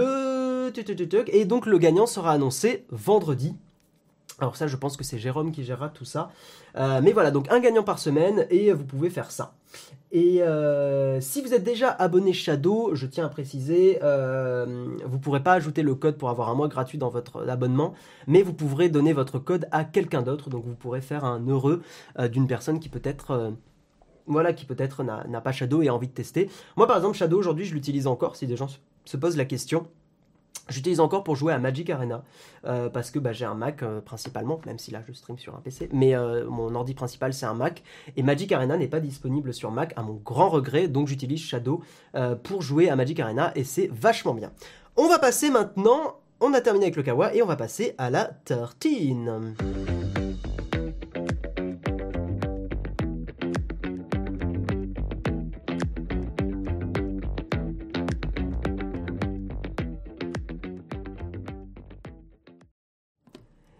le... Et donc le gagnant sera annoncé vendredi. Alors ça, je pense que c'est Jérôme qui gérera tout ça. Euh, mais voilà, donc un gagnant par semaine et vous pouvez faire ça. Et euh, si vous êtes déjà abonné Shadow, je tiens à préciser, euh, vous ne pourrez pas ajouter le code pour avoir un mois gratuit dans votre abonnement, mais vous pourrez donner votre code à quelqu'un d'autre. Donc vous pourrez faire un heureux euh, d'une personne qui peut-être... Euh, voilà, qui peut-être n'a, n'a pas Shadow et a envie de tester. Moi, par exemple, Shadow, aujourd'hui, je l'utilise encore, si des gens se, se posent la question. J'utilise encore pour jouer à Magic Arena, euh, parce que bah, j'ai un Mac euh, principalement, même si là, je stream sur un P C, mais euh, mon ordi principal, c'est un Mac, et Magic Arena n'est pas disponible sur Mac, à mon grand regret, donc j'utilise Shadow euh, pour jouer à Magic Arena, et c'est vachement bien. On va passer maintenant, on a terminé avec le Kawa, et on va passer à la tartine.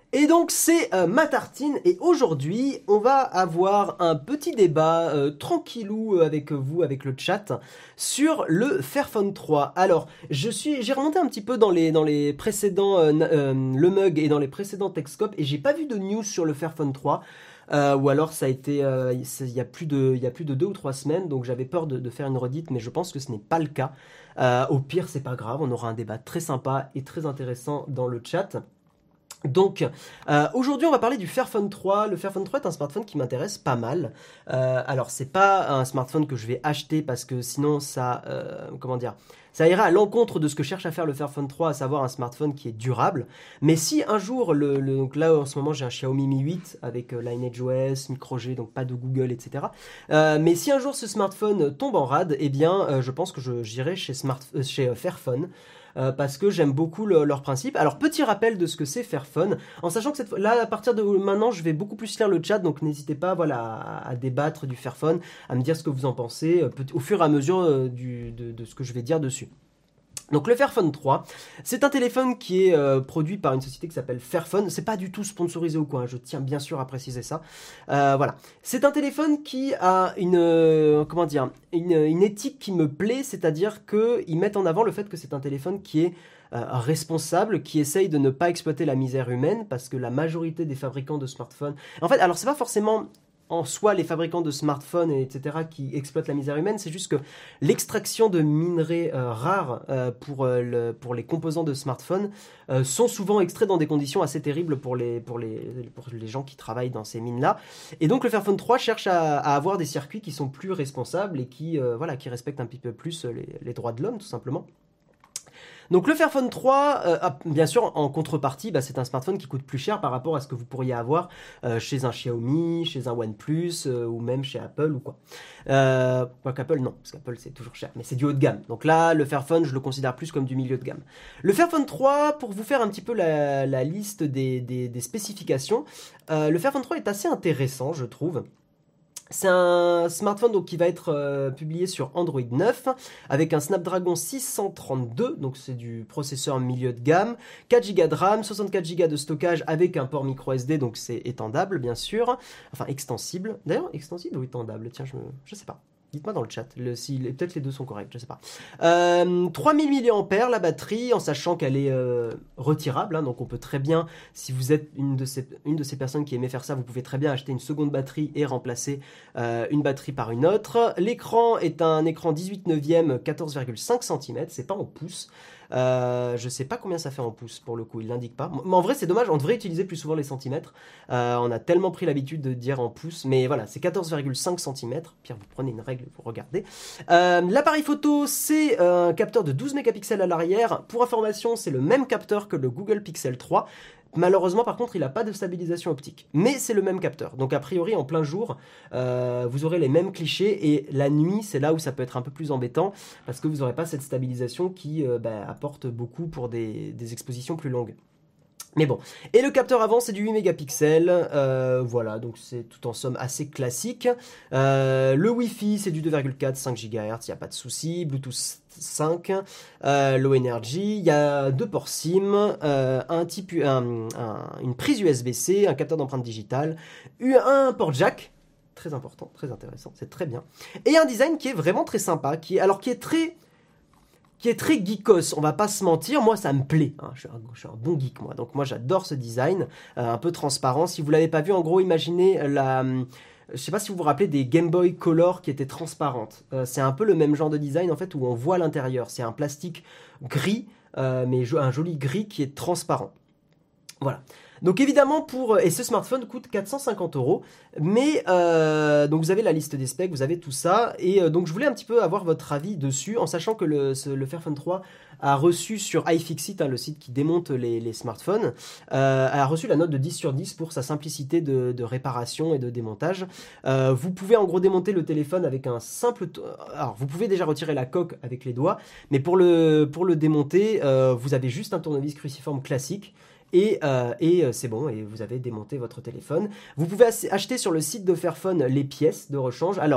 Et donc c'est euh, ma tartine et aujourd'hui on va avoir un petit débat euh, tranquillou avec vous, avec le chat, sur le Fairphone trois. Alors je suis, j'ai remonté un petit peu dans les, dans les précédents euh, euh, le mug et dans les précédents Techscope et j'ai pas vu de news sur le Fairphone trois. Euh, ou alors ça a été euh, il y a plus de il y a plus de deux ou trois semaines, donc j'avais peur de, de faire une redite, mais je pense que ce n'est pas le cas. Euh, au pire c'est pas grave, on aura un débat très sympa et très intéressant dans le chat. Donc, euh, aujourd'hui, on va parler du Fairphone trois. Le Fairphone trois est un smartphone qui m'intéresse pas mal. Euh, alors, c'est pas un smartphone que je vais acheter parce que sinon, ça, euh, comment dire, ça ira à l'encontre de ce que cherche à faire le Fairphone trois, à savoir un smartphone qui est durable. Mais si un jour, le, le donc là, en ce moment, j'ai un Xiaomi Mi huit avec euh, Lineage O S, micro G, donc pas de Google, et cetera. Euh, mais si un jour ce smartphone tombe en rade, eh bien, euh, je pense que je, j'irai chez, Smart, euh, chez euh, Fairphone. Euh, parce que j'aime beaucoup le, leur principe. Alors, petit rappel de ce que c'est Fairphone, en sachant que cette fois, là, à partir de maintenant, je vais beaucoup plus lire le chat, donc n'hésitez pas, voilà, à, à débattre du Fairphone, à me dire ce que vous en pensez, euh, au fur et à mesure euh, du, de, de ce que je vais dire dessus. Donc le Fairphone trois, c'est un téléphone qui est euh, produit par une société qui s'appelle Fairphone. C'est pas du tout sponsorisé ou quoi, hein, je tiens bien sûr à préciser ça. Euh, voilà, c'est un téléphone qui a une euh, comment dire, une, une éthique qui me plaît, c'est-à-dire que ils mettent en avant le fait que c'est un téléphone qui est euh, responsable, qui essaye de ne pas exploiter la misère humaine, parce que la majorité des fabricants de smartphones, en fait, alors c'est pas forcément en soi les fabricants de smartphones, et cetera, qui exploitent la misère humaine, c'est juste que l'extraction de minerais euh, rares euh, pour, euh, le, pour les composants de smartphones euh, sont souvent extraits dans des conditions assez terribles pour les, pour les, pour les gens qui travaillent dans ces mines-là. Et donc le Fairphone trois cherche à, à avoir des circuits qui sont plus responsables et qui, euh, voilà, qui respectent un petit peu plus les, les droits de l'homme, tout simplement. Donc le Fairphone trois, euh, bien sûr, en contrepartie, bah, c'est un smartphone qui coûte plus cher par rapport à ce que vous pourriez avoir euh, chez un Xiaomi, chez un OnePlus euh, ou même chez Apple ou quoi. Euh, quoi qu'Apple, non, parce qu'Apple c'est toujours cher, mais c'est du haut de gamme. Donc là, le Fairphone, je le considère plus comme du milieu de gamme. Le Fairphone trois, pour vous faire un petit peu la, la liste des, des, des spécifications, euh, le Fairphone trois est assez intéressant, je trouve. C'est un smartphone donc, qui va être euh, publié sur Android neuf avec un Snapdragon six cent trente-deux, donc c'est du processeur milieu de gamme, quatre giga de RAM, soixante-quatre giga de stockage avec un port micro S D, donc c'est étendable bien sûr, enfin extensible, d'ailleurs extensible ou étendable, tiens je, me... je sais pas. Dites-moi dans le chat, le, si, peut-être les deux sont corrects, je sais pas. Euh, trois mille milliampères la batterie, en sachant qu'elle est euh, retirable, hein, donc on peut très bien, si vous êtes une de, ces, une de ces personnes qui aimait faire ça, vous pouvez très bien acheter une seconde batterie et remplacer euh, une batterie par une autre. L'écran est un écran dix-huit neuvième, quatorze virgule cinq centimètres, c'est pas en pouces. Euh, je sais pas combien ça fait en pouces pour le coup, il l'indique pas. Mais en vrai, c'est dommage, on devrait utiliser plus souvent les centimètres. Euh, on a tellement pris l'habitude de dire en pouces, mais voilà, c'est quatorze virgule cinq centimètres. Pierre, vous prenez une règle, vous regardez. Euh, l'appareil photo, c'est un capteur de douze mégapixels à l'arrière. Pour information, c'est le même capteur que le Google Pixel trois. Malheureusement, par contre, il n'a pas de stabilisation optique. Mais c'est le même capteur. Donc, a priori, en plein jour, euh, vous aurez les mêmes clichés. Et la nuit, c'est là où ça peut être un peu plus embêtant. Parce que vous n'aurez pas cette stabilisation qui euh, bah, apporte beaucoup pour des, des expositions plus longues. Mais bon, et le capteur avant c'est du huit mégapixels, euh, voilà, donc c'est tout en somme assez classique. Euh, le Wi-Fi c'est du deux virgule quatre, cinq gigahertz, il n'y a pas de souci. Bluetooth cinq, euh, Low Energy, il y a deux ports SIM, euh, un type, un, un, une prise U S B C, un capteur d'empreinte digitale, un port jack, très important, très intéressant, c'est très bien, et un design qui est vraiment très sympa, qui est, alors qui est très... qui est très geekos, on va pas se mentir, moi ça me plaît, hein. je, suis un, je suis un bon geek moi, donc moi j'adore ce design, euh, un peu transparent. Si vous l'avez pas vu, en gros imaginez la... Je sais pas si vous vous rappelez des Game Boy Color qui étaient transparentes, euh, c'est un peu le même genre de design en fait où on voit l'intérieur, c'est un plastique gris, euh, mais un joli gris qui est transparent. Voilà. Donc évidemment pour et ce smartphone coûte quatre cent cinquante euros, mais euh, donc vous avez la liste des specs, vous avez tout ça et euh, donc je voulais un petit peu avoir votre avis dessus en sachant que le, ce, le Fairphone trois a reçu sur iFixit, hein, le site qui démonte les, les smartphones, euh, a reçu la note de dix sur dix pour sa simplicité de, de réparation et de démontage. Euh, vous pouvez en gros démonter le téléphone avec un simple, alors vous pouvez déjà retirer la coque avec les doigts, mais pour le pour le démonter, euh, vous avez juste un tournevis cruciforme classique. Et, euh, et euh, c'est bon, et vous avez démonté votre téléphone. Vous pouvez acheter sur le site de Fairphone les pièces de rechange. Alors,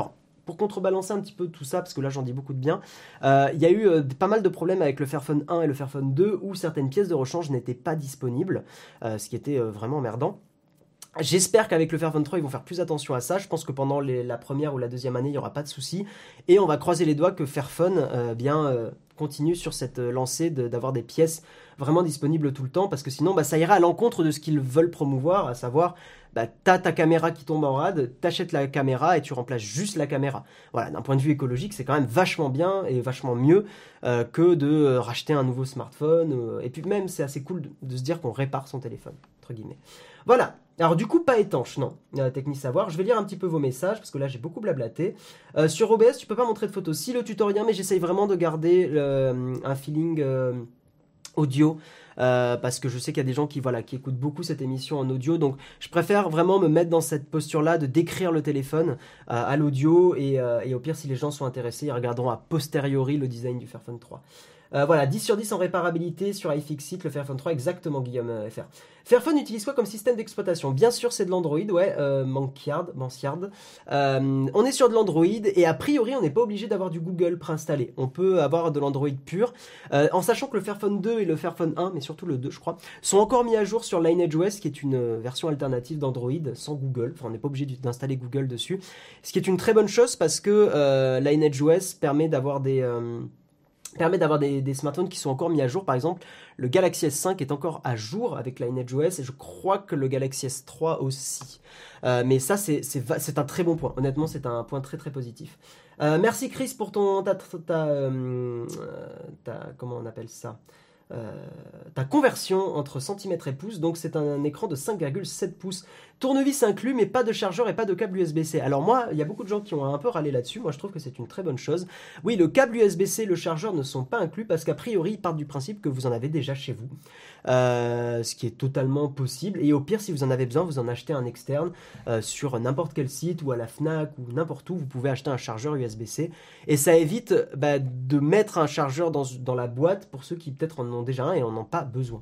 pour contrebalancer un petit peu tout ça, parce que là j'en dis beaucoup de bien, euh, il y a eu euh, pas mal de problèmes avec le Fairphone un et le Fairphone deux où certaines pièces de rechange n'étaient pas disponibles, euh, ce qui était euh, vraiment emmerdant. J'espère qu'avec le Fairphone trois, ils vont faire plus attention à ça. Je pense que pendant les, la première ou la deuxième année, il n'y aura pas de souci. Et on va croiser les doigts que Fairphone euh, bien, euh, continue sur cette lancée de, d'avoir des pièces vraiment disponibles tout le temps. Parce que sinon, bah, ça ira à l'encontre de ce qu'ils veulent promouvoir, à savoir, bah, t'as ta caméra qui tombe en rade, t'achètes la caméra et tu remplaces juste la caméra. Voilà, d'un point de vue écologique, c'est quand même vachement bien et vachement mieux euh, que de euh, racheter un nouveau smartphone. Euh, et puis même, c'est assez cool de, de se dire qu'on répare son téléphone, entre guillemets. Voilà. Alors du coup, pas étanche, non, euh, Techni Savoir. Je vais lire un petit peu vos messages, parce que là, j'ai beaucoup blablaté. Euh, sur O B S, tu peux pas montrer de photos. Si, le tutoriel, mais j'essaye vraiment de garder euh, un feeling euh, audio, euh, parce que je sais qu'il y a des gens qui, voilà, qui écoutent beaucoup cette émission en audio, donc je préfère vraiment me mettre dans cette posture-là de décrire le téléphone euh, à l'audio, et, euh, et au pire, si les gens sont intéressés, ils regarderont a posteriori le design du Fairphone trois. Euh, voilà, dix sur dix en réparabilité sur iFixit, le Fairphone trois, exactement, Guillaume euh, F R. Fairphone utilise quoi comme système d'exploitation? Bien sûr, c'est de l'Android, ouais, euh, Manciard, Manciard. Euh, on est sur de l'Android, et a priori, on n'est pas obligé d'avoir du Google préinstallé. On peut avoir de l'Android pur, euh, en sachant que le Fairphone deux et le Fairphone un, mais surtout le deux, je crois, sont encore mis à jour sur LineageOS, qui est une version alternative d'Android sans Google. Enfin, on n'est pas obligé d'installer Google dessus, ce qui est une très bonne chose, parce que euh, LineageOS permet d'avoir des... Euh, permet d'avoir des, des smartphones qui sont encore mis à jour. Par exemple, le Galaxy S cinq est encore à jour avec LineageOS, et je crois que le Galaxy S trois aussi. Euh, mais ça, c'est, c'est, c'est un très bon point. Honnêtement, c'est un point très très positif. Euh, merci Chris pour ton... Ta, ta, ta, euh, ta, comment on appelle ça euh, ta conversion entre centimètres et pouces. Donc c'est un écran de cinq virgule sept pouces. Tournevis inclus, mais pas de chargeur et pas de câble U S B C. Alors moi, il y a beaucoup de gens qui ont un peu râlé là-dessus. Moi, je trouve que c'est une très bonne chose. Oui, le câble U S B C et le chargeur ne sont pas inclus, parce qu'a priori, ils partent du principe que vous en avez déjà chez vous. Euh, ce qui est totalement possible. Et au pire, si vous en avez besoin, vous en achetez un externe euh, sur n'importe quel site, ou à la Fnac, ou n'importe où. Vous pouvez acheter un chargeur U S B C. Et ça évite bah, de mettre un chargeur dans, dans la boîte pour ceux qui peut-être en ont déjà un et en ont pas besoin.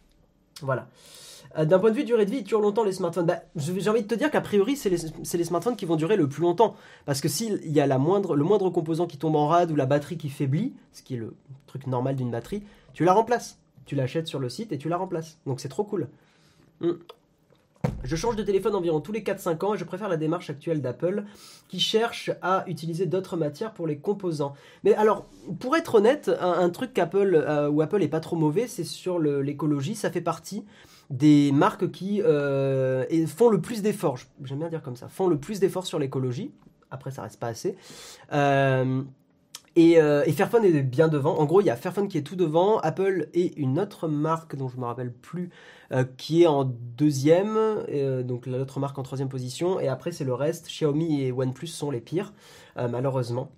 Voilà. Euh, d'un point de vue durée de vie, ils durent longtemps les smartphones. Bah, j'ai envie de te dire qu'a priori, c'est les, c'est les smartphones qui vont durer le plus longtemps. Parce que s'il y a la moindre, le moindre composant qui tombe en rade, ou la batterie qui faiblit, ce qui est le truc normal d'une batterie, tu la remplaces. Tu l'achètes sur le site et tu la remplaces. Donc c'est trop cool. Mm. Je change de téléphone environ tous les quatre cinq ans, et je préfère la démarche actuelle d'Apple qui cherche à utiliser d'autres matières pour les composants. Mais alors, pour être honnête, un, un truc qu'Apple, euh, où Apple est pas trop mauvais, c'est sur le, l'écologie. Ça fait partie des marques qui euh, et font le plus d'efforts. J'aime bien dire comme ça. Font le plus d'efforts sur l'écologie. Après, ça reste pas assez. Euh... Et, euh, et Fairphone est bien devant. En gros, il y a Fairphone qui est tout devant, Apple et une autre marque dont je ne me rappelle plus, euh, qui est en deuxième, euh, donc l'autre marque en troisième position. Et après, c'est le reste. Xiaomi et OnePlus sont les pires, euh, malheureusement.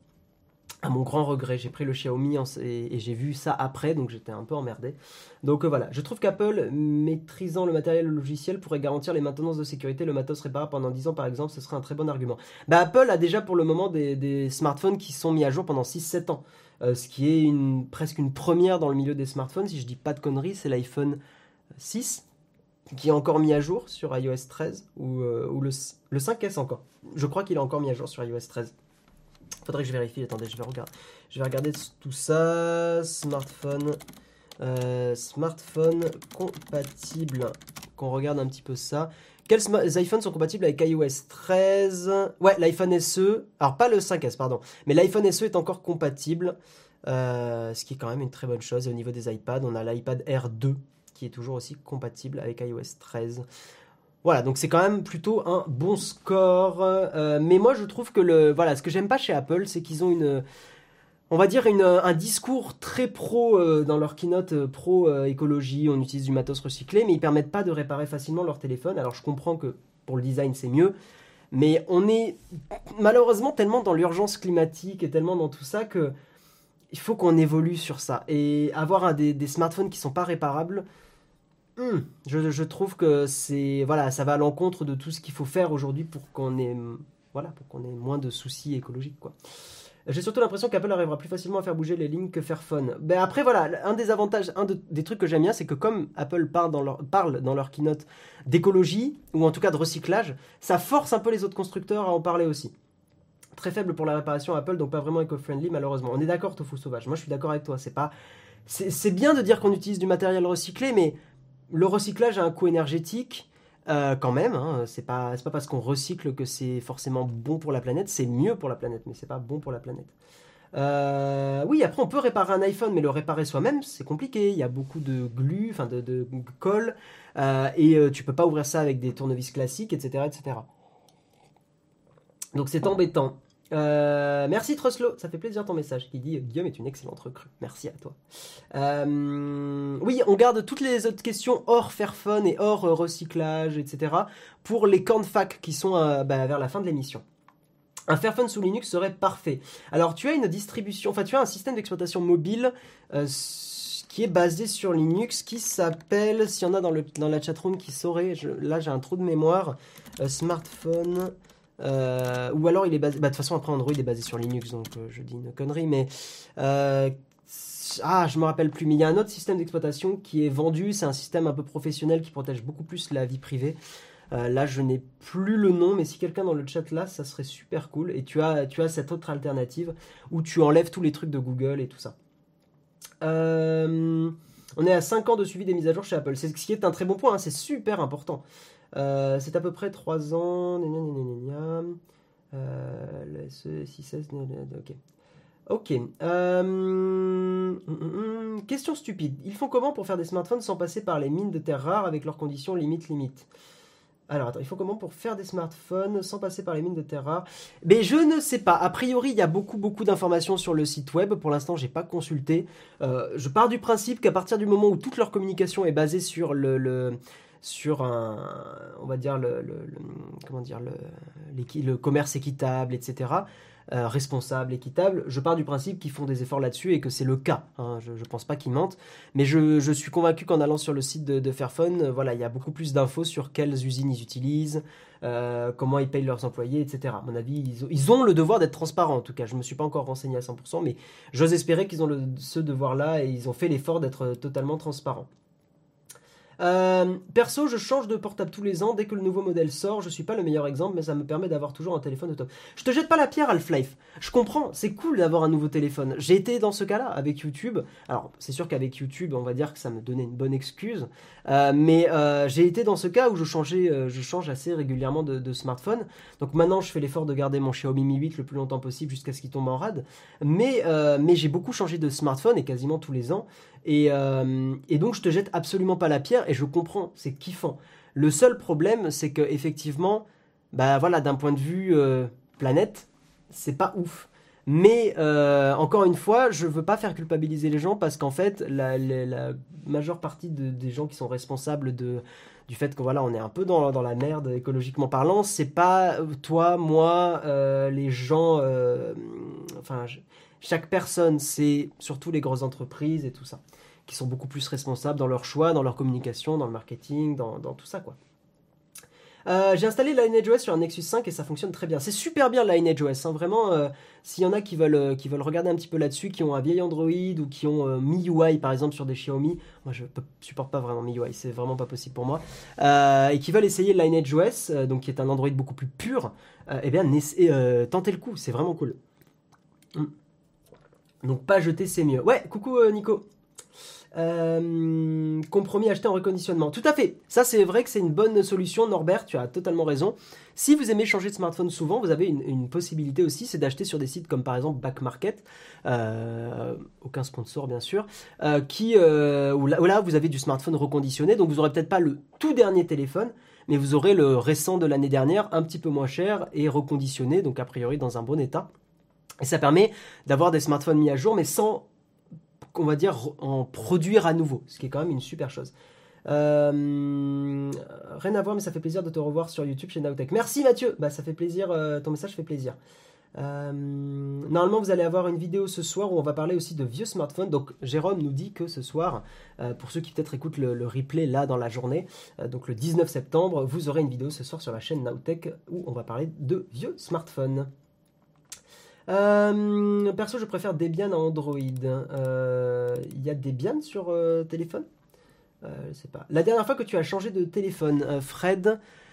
À mon grand regret, j'ai pris le Xiaomi en, et, et j'ai vu ça après, donc j'étais un peu emmerdé. Donc euh, voilà, je trouve qu'Apple, maîtrisant le matériel et le logiciel, pourrait garantir les maintenances de sécurité, le matos réparable pendant dix ans par exemple, ce serait un très bon argument. Bah, Apple a déjà pour le moment des, des smartphones qui sont mis à jour pendant six sept ans, euh, ce qui est une, presque une première dans le milieu des smartphones. Si je dis pas de conneries, c'est l'iPhone six qui est encore mis à jour sur i O S treize, ou, euh, ou le, le cinq S encore. Je crois qu'il est encore mis à jour sur i O S treize. Faudrait que je vérifie, attendez, je vais regarder, je vais regarder tout ça. Smartphone, euh, smartphone compatible, qu'on regarde un petit peu ça. Quels iPhones sont compatibles avec i O S treize? Ouais, l'iPhone S E, alors pas le cinq S, pardon, mais l'iPhone S E est encore compatible, euh, ce qui est quand même une très bonne chose. Et au niveau des iPads, on a l'iPad Air deux, qui est toujours aussi compatible avec i O S treize. Voilà, donc c'est quand même plutôt un bon score. Euh, mais moi, je trouve que le, voilà, ce que j'aime pas chez Apple, c'est qu'ils ont une, on va dire une, un discours très pro euh, dans leur keynote euh, pro euh, écologie. On utilise du matos recyclé, mais ils permettent pas de réparer facilement leur téléphone. Alors je comprends que pour le design c'est mieux, mais on est malheureusement tellement dans l'urgence climatique et tellement dans tout ça que il faut qu'on évolue sur ça. Et avoir un, des, des smartphones qui sont pas réparables. Mmh, je, je trouve que c'est voilà, ça va à l'encontre de tout ce qu'il faut faire aujourd'hui pour qu'on ait voilà, pour qu'on ait moins de soucis écologiques, quoi. J'ai surtout l'impression qu'Apple arrivera plus facilement à faire bouger les lignes que Fairphone. Ben après voilà, un des avantages, un de, des trucs que j'aime bien, c'est que comme Apple parle dans leur, parle dans leur keynote d'écologie, ou en tout cas de recyclage, ça force un peu les autres constructeurs à en parler aussi. très faible pour la réparation Apple, donc pas vraiment éco-friendly malheureusement. On est d'accord, Tofu Sauvage, moi je suis d'accord avec toi, c'est pas... C'est, c'est bien de dire qu'on utilise du matériel recyclé, mais le recyclage a un coût énergétique euh, quand même, hein. c'est pas, c'est pas parce qu'on recycle que c'est forcément bon pour la planète, c'est mieux pour la planète, mais c'est pas bon pour la planète. Euh, oui, après on peut réparer un iPhone, mais le réparer soi-même, c'est compliqué. Il y a beaucoup de glu, enfin de, de colle, euh, et euh, tu peux pas ouvrir ça avec des tournevis classiques, et cetera, et cetera. Donc c'est embêtant. Euh, merci Truslo, ça fait plaisir ton message qui dit Guillaume est une excellente recrue. Merci à toi. Euh, oui, on garde toutes les autres questions hors Fairphone et hors euh, recyclage, et cetera pour les cornfac qui sont euh, bah, vers la fin de l'émission. Un Fairphone sous Linux serait parfait. Alors tu as une distribution, enfin tu as un système d'exploitation mobile euh, qui est basé sur Linux qui s'appelle, s'il y en a dans, le, dans la chatroom qui saurait, je, là j'ai un trou de mémoire, euh, smartphone... Euh, ou alors il est basé... Bah, de toute façon après Android est basé sur Linux, donc euh, je dis une connerie, mais... Euh, ah, je me rappelle plus, mais il y a un autre système d'exploitation qui est vendu, c'est un système un peu professionnel qui protège beaucoup plus la vie privée. Euh, là je n'ai plus le nom, mais si quelqu'un dans le chat là, ça serait super cool. Et tu as, tu as cette autre alternative où tu enlèves tous les trucs de Google et tout ça. Euh, on est à cinq ans de suivi des mises à jour chez Apple, c'est ce qui est un très bon point, hein, c'est super important. Euh, c'est à peu près trois ans. Euh, six, seize, ok. Ok. Euh, question stupide. Ils font comment pour faire des smartphones sans passer par les mines de terres rares avec leurs conditions limite limite? Alors attends, il faut comment pour faire des smartphones sans passer par les mines de terres rares? Mais je ne sais pas. A priori, il y a beaucoup beaucoup d'informations sur le site web. Pour l'instant, j'ai pas consulté. Euh, je pars du principe qu'à partir du moment où toute leur communication est basée sur le, le sur un, on va dire le, le, le comment dire le, le commerce équitable, et cetera. Euh, responsable, équitable, je pars du principe qu'ils font des efforts là-dessus et que c'est le cas. Hein. Je ne pense pas qu'ils mentent, mais je, je suis convaincu qu'en allant sur le site de, de Fairphone, euh, voilà, il y a beaucoup plus d'infos sur quelles usines ils utilisent, euh, comment ils payent leurs employés, et cetera. À mon avis, ils, ils ont le devoir d'être transparents. En tout cas, je ne me suis pas encore renseigné à cent pour cent, mais j'ose espérer qu'ils ont le, ce devoir-là et ils ont fait l'effort d'être totalement transparents. Euh, perso, je change de portable tous les ans. Dès que le nouveau modèle sort, je suis pas le meilleur exemple, mais ça me permet d'avoir toujours un téléphone au top. Je te jette pas la pierre, Half-Life. Je comprends, c'est cool d'avoir un nouveau téléphone. J'ai été dans ce cas-là avec YouTube. Alors, c'est sûr qu'avec YouTube, on va dire que ça me donnait une bonne excuse. Euh, mais euh, j'ai été dans ce cas où je changeais, euh, je change assez régulièrement de, de smartphone. Donc maintenant, je fais l'effort de garder mon Xiaomi Mi huit le plus longtemps possible jusqu'à ce qu'il tombe en rade. Mais, euh, mais j'ai beaucoup changé de smartphone et quasiment tous les ans. Et, euh, et donc je te jette absolument pas la pierre et je comprends, c'est kiffant. Le seul problème, c'est que effectivement, bah voilà, d'un point de vue euh, planète, c'est pas ouf. Mais euh, encore une fois, je veux pas faire culpabiliser les gens parce qu'en fait, la, la, la majeure partie de, des gens qui sont responsables de, du fait que voilà, on est un peu dans, dans la merde écologiquement parlant, c'est pas toi, moi, euh, les gens, euh, enfin. Je, Chaque personne, c'est surtout les grosses entreprises et tout ça, qui sont beaucoup plus responsables dans leur choix, dans leur communication, dans le marketing, dans, dans tout ça, quoi. Euh, j'ai installé LineageOS sur un Nexus cinq et ça fonctionne très bien. C'est super bien LineageOS, hein, vraiment. Euh, s'il y en a qui veulent, euh, qui veulent regarder un petit peu là-dessus, qui ont un vieil Android ou qui ont euh, M I U I par exemple sur des Xiaomi, moi je ne supporte pas vraiment M I U I, c'est vraiment pas possible pour moi, euh, et qui veulent essayer LineageOS, euh, donc qui est un Android beaucoup plus pur, euh, eh bien euh, tentez le coup, c'est vraiment cool. Mm. Donc pas jeter, c'est mieux. Ouais, coucou euh, Nico. Euh, compromis acheté en reconditionnement. Tout à fait. Ça c'est vrai que c'est une bonne solution, Norbert. Tu as totalement raison. Si vous aimez changer de smartphone souvent, vous avez une, une possibilité aussi, c'est d'acheter sur des sites comme par exemple Back Market, euh, aucun sponsor bien sûr, euh, qui euh, où, là, où là vous avez du smartphone reconditionné. Donc vous aurez peut-être pas le tout dernier téléphone, mais vous aurez le récent de l'année dernière, un petit peu moins cher et reconditionné, donc a priori dans un bon état. Et ça permet d'avoir des smartphones mis à jour, mais sans, on va dire, en produire à nouveau, ce qui est quand même une super chose. Euh, rien à voir, mais ça fait plaisir de te revoir sur YouTube chez Nowtech. Merci Mathieu, bah, ça fait plaisir, euh, ton message fait plaisir. Euh, normalement, vous allez avoir une vidéo ce soir où on va parler aussi de vieux smartphones. Donc, Jérôme nous dit que ce soir, euh, pour ceux qui peut-être écoutent le, le replay là dans la journée, euh, donc le dix-neuf septembre, vous aurez une vidéo ce soir sur la chaîne Nowtech où on va parler de vieux smartphones. Euh, perso, je préfère Debian à Android. Il euh, y a Debian sur euh, téléphone euh, Je sais pas. La dernière fois que tu as changé de téléphone, euh, Fred,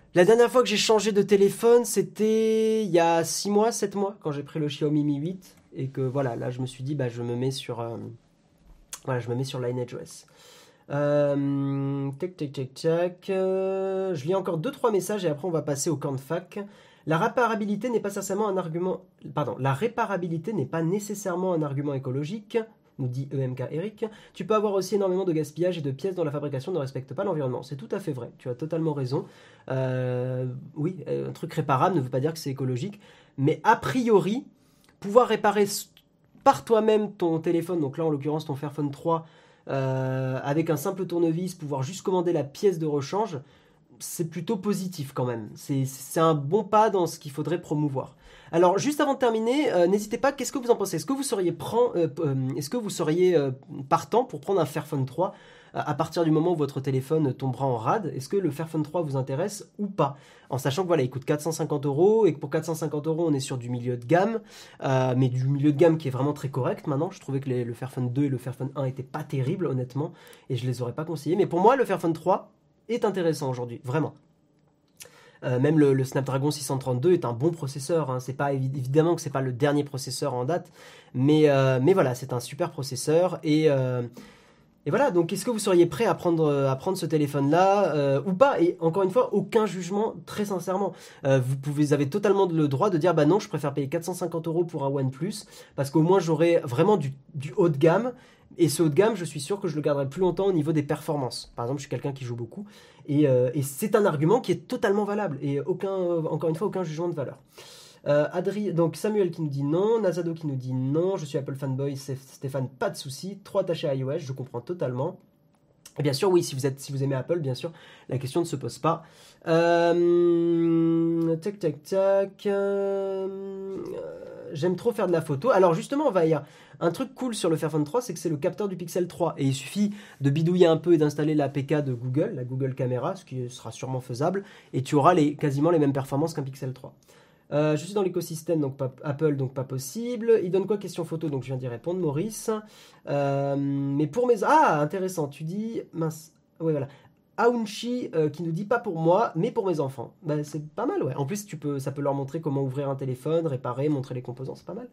La dernière fois que j'ai changé de téléphone, c'était il y a six mois, sept mois, quand j'ai pris le Xiaomi Mi huit. Et que voilà, là je me suis dit, bah je me mets sur, euh, voilà, je me mets sur Lineage O S. Euh, tac, tac, tac, tac. euh, je lis encore deux trois messages et après on va passer au camp de fac. La réparabilité n'est pas nécessairement un argument. Pardon, la réparabilité n'est pas nécessairement un argument écologique, nous dit E M K Eric. Tu peux avoir aussi énormément de gaspillage et de pièces dont la fabrication ne respecte pas l'environnement. C'est tout à fait vrai, tu as totalement raison. Euh, oui, un truc réparable ne veut pas dire que c'est écologique, mais a priori, pouvoir réparer par toi-même ton téléphone, donc là en l'occurrence ton Fairphone trois, euh, avec un simple tournevis, pouvoir juste commander la pièce de rechange, c'est plutôt positif quand même. C'est, c'est un bon pas dans ce qu'il faudrait promouvoir. Alors, juste avant de terminer, euh, n'hésitez pas, qu'est-ce que vous en pensez? Est-ce que vous seriez, prend, euh, euh, est-ce que vous seriez euh, partant pour prendre un Fairphone trois euh, à partir du moment où votre téléphone tombera en rade? Est-ce que le Fairphone trois vous intéresse ou pas? En sachant que voilà, il coûte quatre cent cinquante euros et que pour quatre cent cinquante euros, on est sur du milieu de gamme, euh, mais du milieu de gamme qui est vraiment très correct maintenant. Je trouvais que les, le Fairphone deux et le Fairphone un étaient pas terribles, honnêtement, et je les aurais pas conseillés. Mais pour moi, le Fairphone trois est intéressant aujourd'hui, vraiment. Euh, même le, le Snapdragon six cent trente-deux est un bon processeur. Hein. C'est pas évidemment que c'est pas le dernier processeur en date, mais euh, mais voilà, c'est un super processeur et euh, et voilà. Donc, est-ce que vous seriez prêt à prendre à prendre ce téléphone-là euh, ou pas? Et encore une fois, aucun jugement, très sincèrement. Euh, vous pouvez, vous avez totalement le droit de dire bah non, je préfère payer quatre cent cinquante euros pour un OnePlus parce qu'au moins j'aurai vraiment du, du haut de gamme. Et ce haut de gamme, je suis sûr que je le garderai plus longtemps au niveau des performances. Par exemple, je suis quelqu'un qui joue beaucoup. Et, euh, et c'est un argument qui est totalement valable. Et aucun, encore une fois, aucun jugement de valeur. Euh, Adri, donc Samuel qui nous dit non. Nazado qui nous dit non. Je suis Apple fanboy. Stéphane, pas de souci. Trop attaché à iOS, je comprends totalement. Et bien sûr, oui, si vous, êtes, si vous aimez Apple, bien sûr, la question ne se pose pas. Euh, tac, tac, tac. Euh, J'aime trop faire de la photo. Alors justement, on va y a un truc cool sur le Fairphone trois, c'est que c'est le capteur du Pixel trois. Et il suffit de bidouiller un peu et d'installer l'A P K de Google, la Google Caméra, ce qui sera sûrement faisable. Et tu auras les, quasiment les mêmes performances qu'un Pixel trois. Euh, je suis dans l'écosystème, donc pas, Apple, donc pas possible. Il donne quoi question photo? Donc je viens d'y répondre, Maurice. Euh, mais pour mes... Ah, intéressant, tu dis... Mince. Oui, voilà. Aounchi euh, qui nous dit pas pour moi, mais pour mes enfants. Ben, c'est pas mal, ouais. En plus, tu peux, ça peut leur montrer comment ouvrir un téléphone, réparer, montrer les composants, c'est pas mal.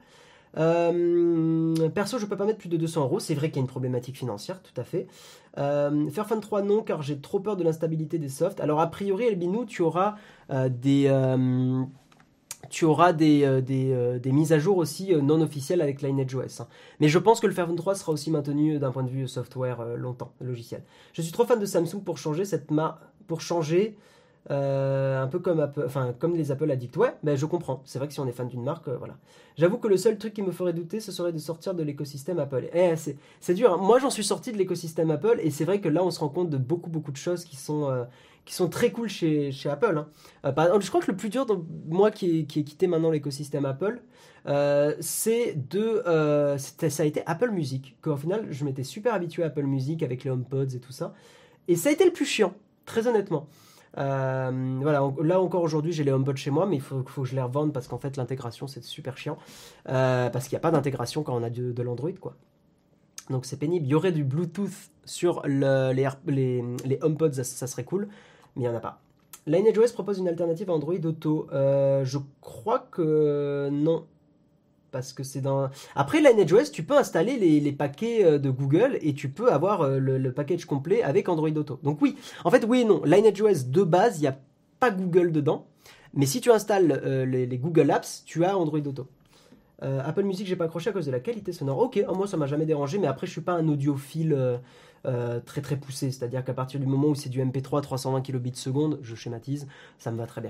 Euh, perso, je peux pas mettre plus de deux cents euros. C'est vrai qu'il y a une problématique financière, tout à fait. Euh, Fairphone trois, non, car j'ai trop peur de l'instabilité des softs. Alors, a priori, Elbinou, tu auras euh, des... Euh, tu auras des, euh, des, euh, des mises à jour aussi euh, non officielles avec Lineage O S. Hein. Mais je pense que le Fairphone trois sera aussi maintenu d'un point de vue software euh, longtemps, logiciel. Je suis trop fan de Samsung pour changer cette marque, pour changer euh, un peu comme, Apple, enfin, comme les Apple Addicts. Ouais, ben je comprends. C'est vrai que si on est fan d'une marque, euh, voilà. J'avoue que le seul truc qui me ferait douter, ce serait de sortir de l'écosystème Apple. Eh, c'est, c'est dur. Hein. Moi, j'en suis sorti de l'écosystème Apple et c'est vrai que là, on se rend compte de beaucoup, beaucoup de choses qui sont... Euh, qui sont très cool chez, chez Apple. Hein. Euh, par exemple, je crois que le plus dur, dans, moi qui ai, qui ai quitté maintenant l'écosystème Apple, euh, c'est de, euh, ça a été Apple Music. Qu'au final, je m'étais super habitué à Apple Music avec les HomePods et tout ça. Et ça a été le plus chiant, très honnêtement. Euh, voilà, on, là encore aujourd'hui, j'ai les HomePods chez moi, mais il faut, faut que je les revende parce qu'en fait, l'intégration, c'est super chiant. Euh, parce qu'il n'y a pas d'intégration quand on a de, de l'Android, quoi. Donc c'est pénible. Il y aurait du Bluetooth sur le, les, les, les HomePods, ça, ça serait cool. Mais il n'y en a pas. Lineage O S propose une alternative à Android Auto. Euh, je crois que non. Parce que c'est dans... Après, Lineage O S, tu peux installer les, les paquets de Google et tu peux avoir le, le package complet avec Android Auto. Donc oui, en fait, oui et non. Lineage O S de base, il n'y a pas Google dedans. Mais si tu installes euh, les, les Google Apps, tu as Android Auto. Euh, Apple Music, j'ai pas accroché à cause de la qualité sonore. Ok, oh, moi ça m'a jamais dérangé, mais après je suis pas un audiophile euh, euh, très très poussé. C'est-à-dire qu'à partir du moment où c'est du M P trois trois cent vingt kilobits seconde, je schématise, ça me va très bien.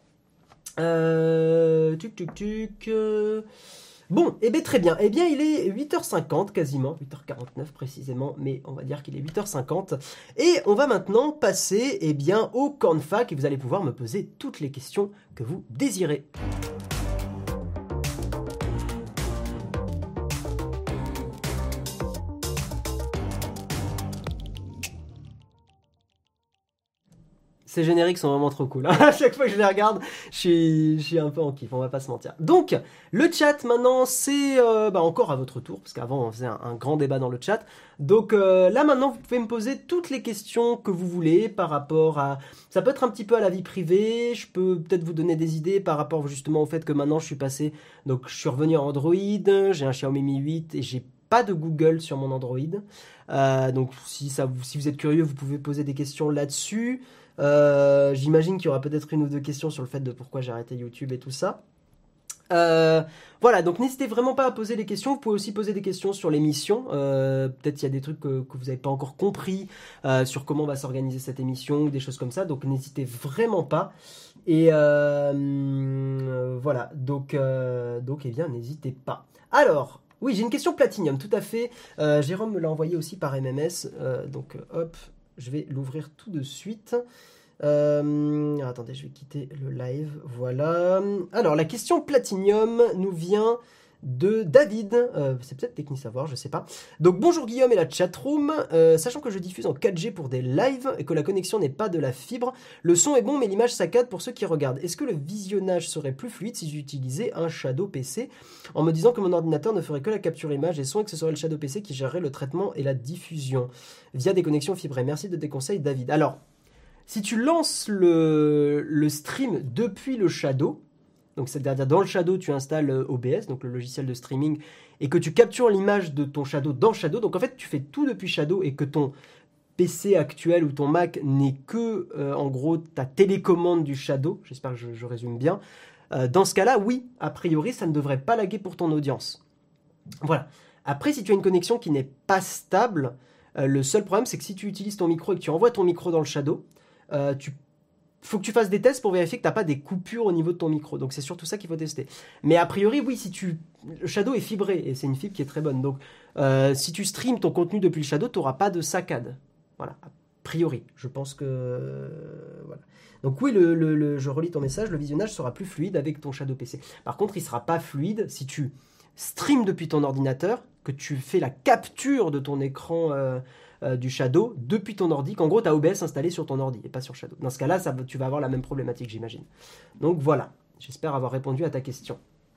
Euh, tuc tuc tuc. Euh... Bon, et eh bien très bien. Eh bien il est huit heures cinquante quasiment, huit heures quarante-neuf précisément, mais on va dire qu'il est huit heures cinquante. Et on va maintenant passer eh bien, au cornfac et vous allez pouvoir me poser toutes les questions que vous désirez. Ces génériques sont vraiment trop cool. À chaque fois que je les regarde, je suis, je suis un peu en kiff, on va pas se mentir. Donc, le chat maintenant, c'est euh, bah, encore à votre tour, parce qu'avant on faisait un, un grand débat dans le chat. Donc euh, là maintenant, vous pouvez me poser toutes les questions que vous voulez par rapport à... Ça peut être un petit peu à la vie privée, je peux peut-être vous donner des idées par rapport justement au fait que maintenant je suis passé... Donc je suis revenu à Android, j'ai un Xiaomi Mi huit et j'ai pas de Google sur mon Android. Euh, donc si, ça, si vous êtes curieux, vous pouvez poser des questions là-dessus. Euh, j'imagine qu'il y aura peut-être une ou deux questions sur le fait de pourquoi j'ai arrêté YouTube et tout ça. Euh, voilà, donc n'hésitez vraiment pas à poser des questions. Vous pouvez aussi poser des questions sur l'émission. Euh, peut-être qu'il y a des trucs que, que vous n'avez pas encore compris euh, sur comment va s'organiser cette émission ou des choses comme ça. Donc n'hésitez vraiment pas. Et euh, voilà, donc, euh, donc eh bien n'hésitez pas. Alors, oui, j'ai une question Platinium, tout à fait. Euh, Jérôme me l'a envoyé aussi par M M S. Euh, donc hop, je vais l'ouvrir tout de suite. Euh, attendez, je vais quitter le live. Voilà. Alors, la question Platinium nous vient de David. Euh, c'est peut-être Technisavoir, je sais pas. Donc, bonjour Guillaume et la chatroom. Euh, sachant que je diffuse en quatre G pour des lives et que la connexion n'est pas de la fibre, le son est bon, mais l'image saccade pour ceux qui regardent. Est-ce que le visionnage serait plus fluide si j'utilisais un Shadow P C en me disant que mon ordinateur ne ferait que la capture image et son et que ce serait le Shadow P C qui gérerait le traitement et la diffusion via des connexions fibrées? Merci de tes conseils, David. Alors, si tu lances le, le stream depuis le Shadow, donc c'est-à-dire dans le Shadow, tu installes O B S, donc le logiciel de streaming, et que tu captures l'image de ton Shadow dans Shadow, donc en fait tu fais tout depuis Shadow et que ton P C actuel ou ton Mac n'est que, euh, en gros, ta télécommande du Shadow, j'espère que je, je résume bien, euh, dans ce cas-là, oui, a priori, ça ne devrait pas laguer pour ton audience. Voilà. Après, si tu as une connexion qui n'est pas stable, euh, le seul problème, c'est que si tu utilises ton micro et que tu envoies ton micro dans le Shadow, Euh, tu faut que tu fasses des tests pour vérifier que tu n'as pas des coupures au niveau de ton micro. Donc c'est surtout ça qu'il faut tester. Mais a priori, oui, si tu... le Shadow est fibré et c'est une fibre qui est très bonne. Donc euh, si tu streams ton contenu depuis le Shadow, tu n'auras pas de saccade. Voilà, a priori. Je pense que... Euh, voilà. Donc oui, le, le, le, je relis ton message, le visionnage sera plus fluide avec ton Shadow P C. Par contre, il ne sera pas fluide si tu streams depuis ton ordinateur, que tu fais la capture de ton écran... Euh, Euh, du Shadow depuis ton ordi, qu'en gros tu as O B S installé sur ton ordi et pas sur Shadow. Dans ce cas-là, ça, tu vas avoir la même problématique, j'imagine. Donc voilà, j'espère avoir répondu à ta question.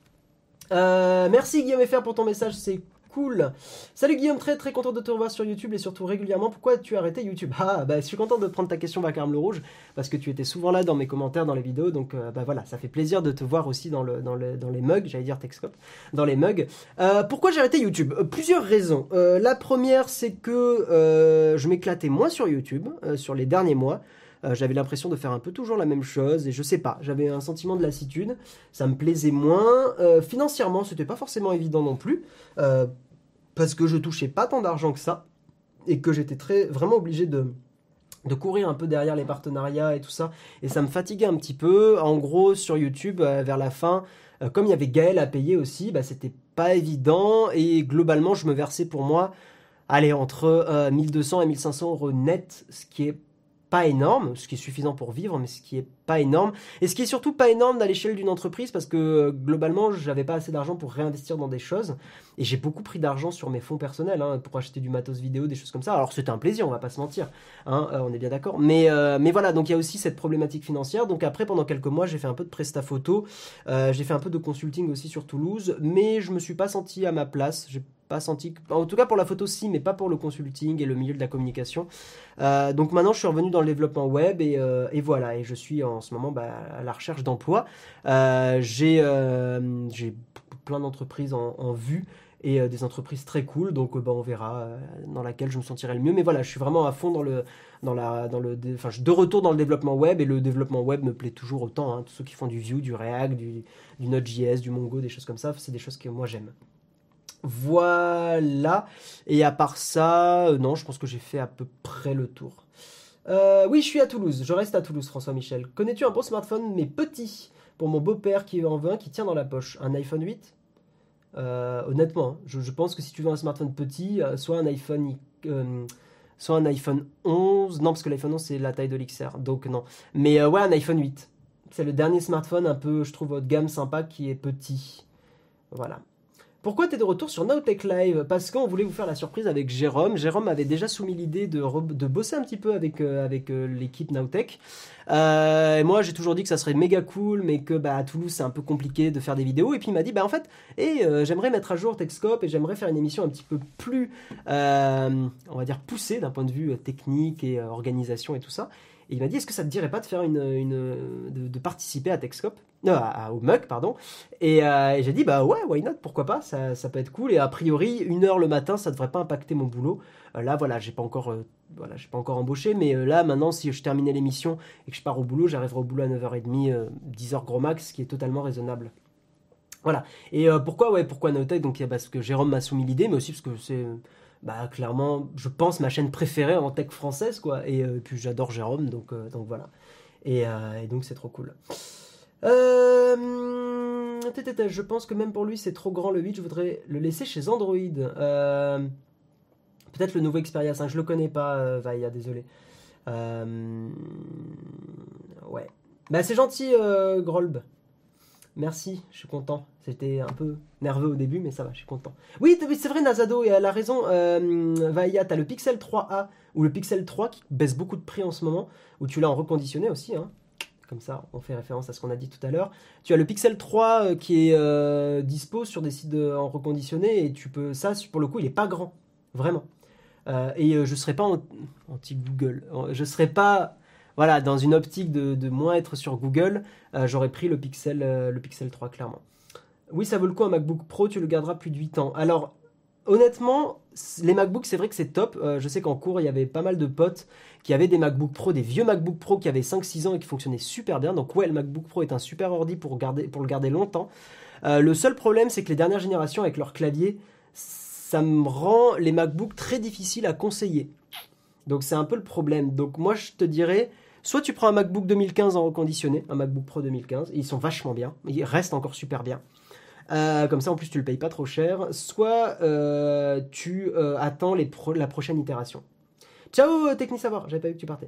Euh, merci Guillaume F R pour ton message, c'est cool. Salut Guillaume, très très content de te revoir sur YouTube et surtout régulièrement. Pourquoi as-tu arrêté YouTube? Ah, bah je suis content de prendre ta question Vacarme le Rouge parce que tu étais souvent là dans mes commentaires, dans les vidéos. Donc euh, bah voilà, ça fait plaisir de te voir aussi dans, le, dans, le, dans les mugs, j'allais dire Texcope, dans les mugs. Euh, pourquoi j'ai arrêté YouTube? euh, Plusieurs raisons. Euh, la première, c'est que euh, je m'éclatais moins sur YouTube euh, sur les derniers mois. Euh, j'avais l'impression de faire un peu toujours la même chose et je sais pas, j'avais un sentiment de lassitude, ça me plaisait moins. Euh, financièrement, c'était pas forcément évident non plus. Euh, parce que je touchais pas tant d'argent que ça et que j'étais très vraiment obligé de, de courir un peu derrière les partenariats et tout ça et ça me fatiguait un petit peu. En gros, sur YouTube, euh, vers la fin, euh, comme il y avait Gaël à payer aussi, bah, c'était pas évident et globalement, je me versais pour moi, allez, entre euh, mille deux cents et mille cinq cents euros net, ce qui est pas énorme, ce qui est suffisant pour vivre, mais ce qui est pas énorme. Et ce qui est surtout pas énorme à l'échelle d'une entreprise, parce que euh, globalement, j'avais pas assez d'argent pour réinvestir dans des choses. Et j'ai beaucoup pris d'argent sur mes fonds personnels, hein, pour acheter du matos vidéo, des choses comme ça. Alors c'était un plaisir, on va pas se mentir, hein, euh, on est bien d'accord. Mais, euh, mais voilà, donc il y a aussi cette problématique financière. Donc après, pendant quelques mois, j'ai fait un peu de presta photo, euh, j'ai fait un peu de consulting aussi sur Toulouse, mais je me suis pas senti à ma place. J'ai pas senti, en tout cas pour la photo si, mais pas pour le consulting et le milieu de la communication. Euh, donc maintenant je suis revenu dans le développement web et, euh, et voilà, et je suis en ce moment bah, à la recherche d'emploi. Euh, j'ai euh, j'ai plein d'entreprises en, en vue et euh, des entreprises très cool, donc euh, bah, on verra euh, dans laquelle je me sentirai le mieux. Mais voilà, je suis vraiment à fond dans le, dans la, dans le, enfin, de retour dans le développement web et le développement web me plaît toujours autant. Hein. Tous ceux qui font du Vue, du React, du, du Node.js, du Mongo, des choses comme ça, c'est des choses que moi j'aime. Voilà, et à part ça, euh, non, je pense que j'ai fait à peu près le tour. Euh, oui, je suis à Toulouse, je reste à Toulouse, François-Michel. Connais-tu un bon smartphone, mais petit, pour mon beau-père qui en veut un, qui tient dans la poche? Un iPhone huit? euh, Honnêtement, hein, je, je pense que si tu veux un smartphone petit, euh, soit un iPhone, euh, soit un iPhone onze, non, parce que l'iPhone onze, c'est la taille de l'X R, donc non. Mais euh, ouais, un iPhone huit. C'est le dernier smartphone un peu, je trouve, haut de gamme, sympa, qui est petit. Voilà. Pourquoi tu es de retour sur Nowtech Live? Parce qu'on voulait vous faire la surprise avec Jérôme. Jérôme avait déjà soumis l'idée de, re- de bosser un petit peu avec, euh, avec euh, l'équipe Nowtech. Euh, et moi, j'ai toujours dit que ça serait méga cool, mais que bah, à Toulouse, c'est un peu compliqué de faire des vidéos. Et puis il m'a dit, bah, en fait, et, euh, j'aimerais mettre à jour Techscope et j'aimerais faire une émission un petit peu plus, euh, on va dire, poussée d'un point de vue euh, technique et euh, organisation et tout ça. Et il m'a dit, est-ce que ça te dirait pas de faire une, une de, de participer à Techscope, non, à, à- au M U C, pardon. Et, euh, et j'ai dit, bah ouais, why not, pourquoi pas, ça, ça peut être cool. Et a priori, une heure le matin, ça devrait pas impacter mon boulot. Euh, là, voilà, j'ai pas encore, euh, voilà, j'ai pas encore embauché, mais euh, là, maintenant, si je terminais l'émission et que je pars au boulot, j'arriverai au boulot à neuf heures trente, euh, dix heures gros max, ce qui est totalement raisonnable. Voilà. Et euh, pourquoi, ouais, pourquoi Nowtech? Donc, il y a- parce que Jérôme m'a soumis l'idée, mais aussi parce que c'est, bah, clairement, je pense, ma chaîne préférée en tech française, quoi. Et euh, puis, j'adore Jérôme, donc, euh, donc voilà. Et, euh, et donc, c'est trop cool. Euh, tétété, je pense que même pour lui, c'est trop grand le huit. Je voudrais le laisser chez Android. Euh, peut-être le nouveau Xperia cinq. Je le connais pas, euh, Vaïa, désolé. Euh, ouais. Bah, c'est gentil, euh, Grolb. Merci, je suis content. C'était un peu nerveux au début, mais ça va, je suis content. Oui, t- oui, c'est vrai, Nazado, et elle a raison. Euh, Vaïa, t'as le Pixel trois A ou le Pixel trois qui baisse beaucoup de prix en ce moment, où tu l'as en reconditionné aussi, hein. Comme ça, on fait référence à ce qu'on a dit tout à l'heure. Tu as le Pixel trois euh, qui est euh, dispo sur des sites de- en reconditionné, et tu peux. Ça, pour le coup, il est pas grand, vraiment. Euh, et euh, je serais pas an- anti-Google. Euh, Je serais pas, voilà, dans une optique de, de moins être sur Google. Euh, j'aurais pris le Pixel, euh, le Pixel trois, clairement. Oui, ça vaut le coup un MacBook Pro, tu le garderas plus de huit ans. Alors, honnêtement, c- les MacBooks, c'est vrai que c'est top. Euh, je sais qu'en cours, il y avait pas mal de potes qui avaient des MacBook Pro, des vieux MacBook Pro qui avaient cinq six ans et qui fonctionnaient super bien. Donc ouais, le MacBook Pro est un super ordi pour, garder, pour le garder longtemps. Euh, le seul problème, c'est que les dernières générations, avec leur clavier, ça me rend les MacBooks très difficiles à conseiller. Donc c'est un peu le problème. Donc moi, je te dirais, soit tu prends un MacBook deux mille quinze en reconditionné, un MacBook Pro deux mille quinze, et ils sont vachement bien, ils restent encore super bien. Euh, comme ça, en plus, tu le payes pas trop cher. Soit euh, tu euh, attends les pro- la prochaine itération. Ciao, euh, Techni Savoir, j'avais pas vu que tu partais.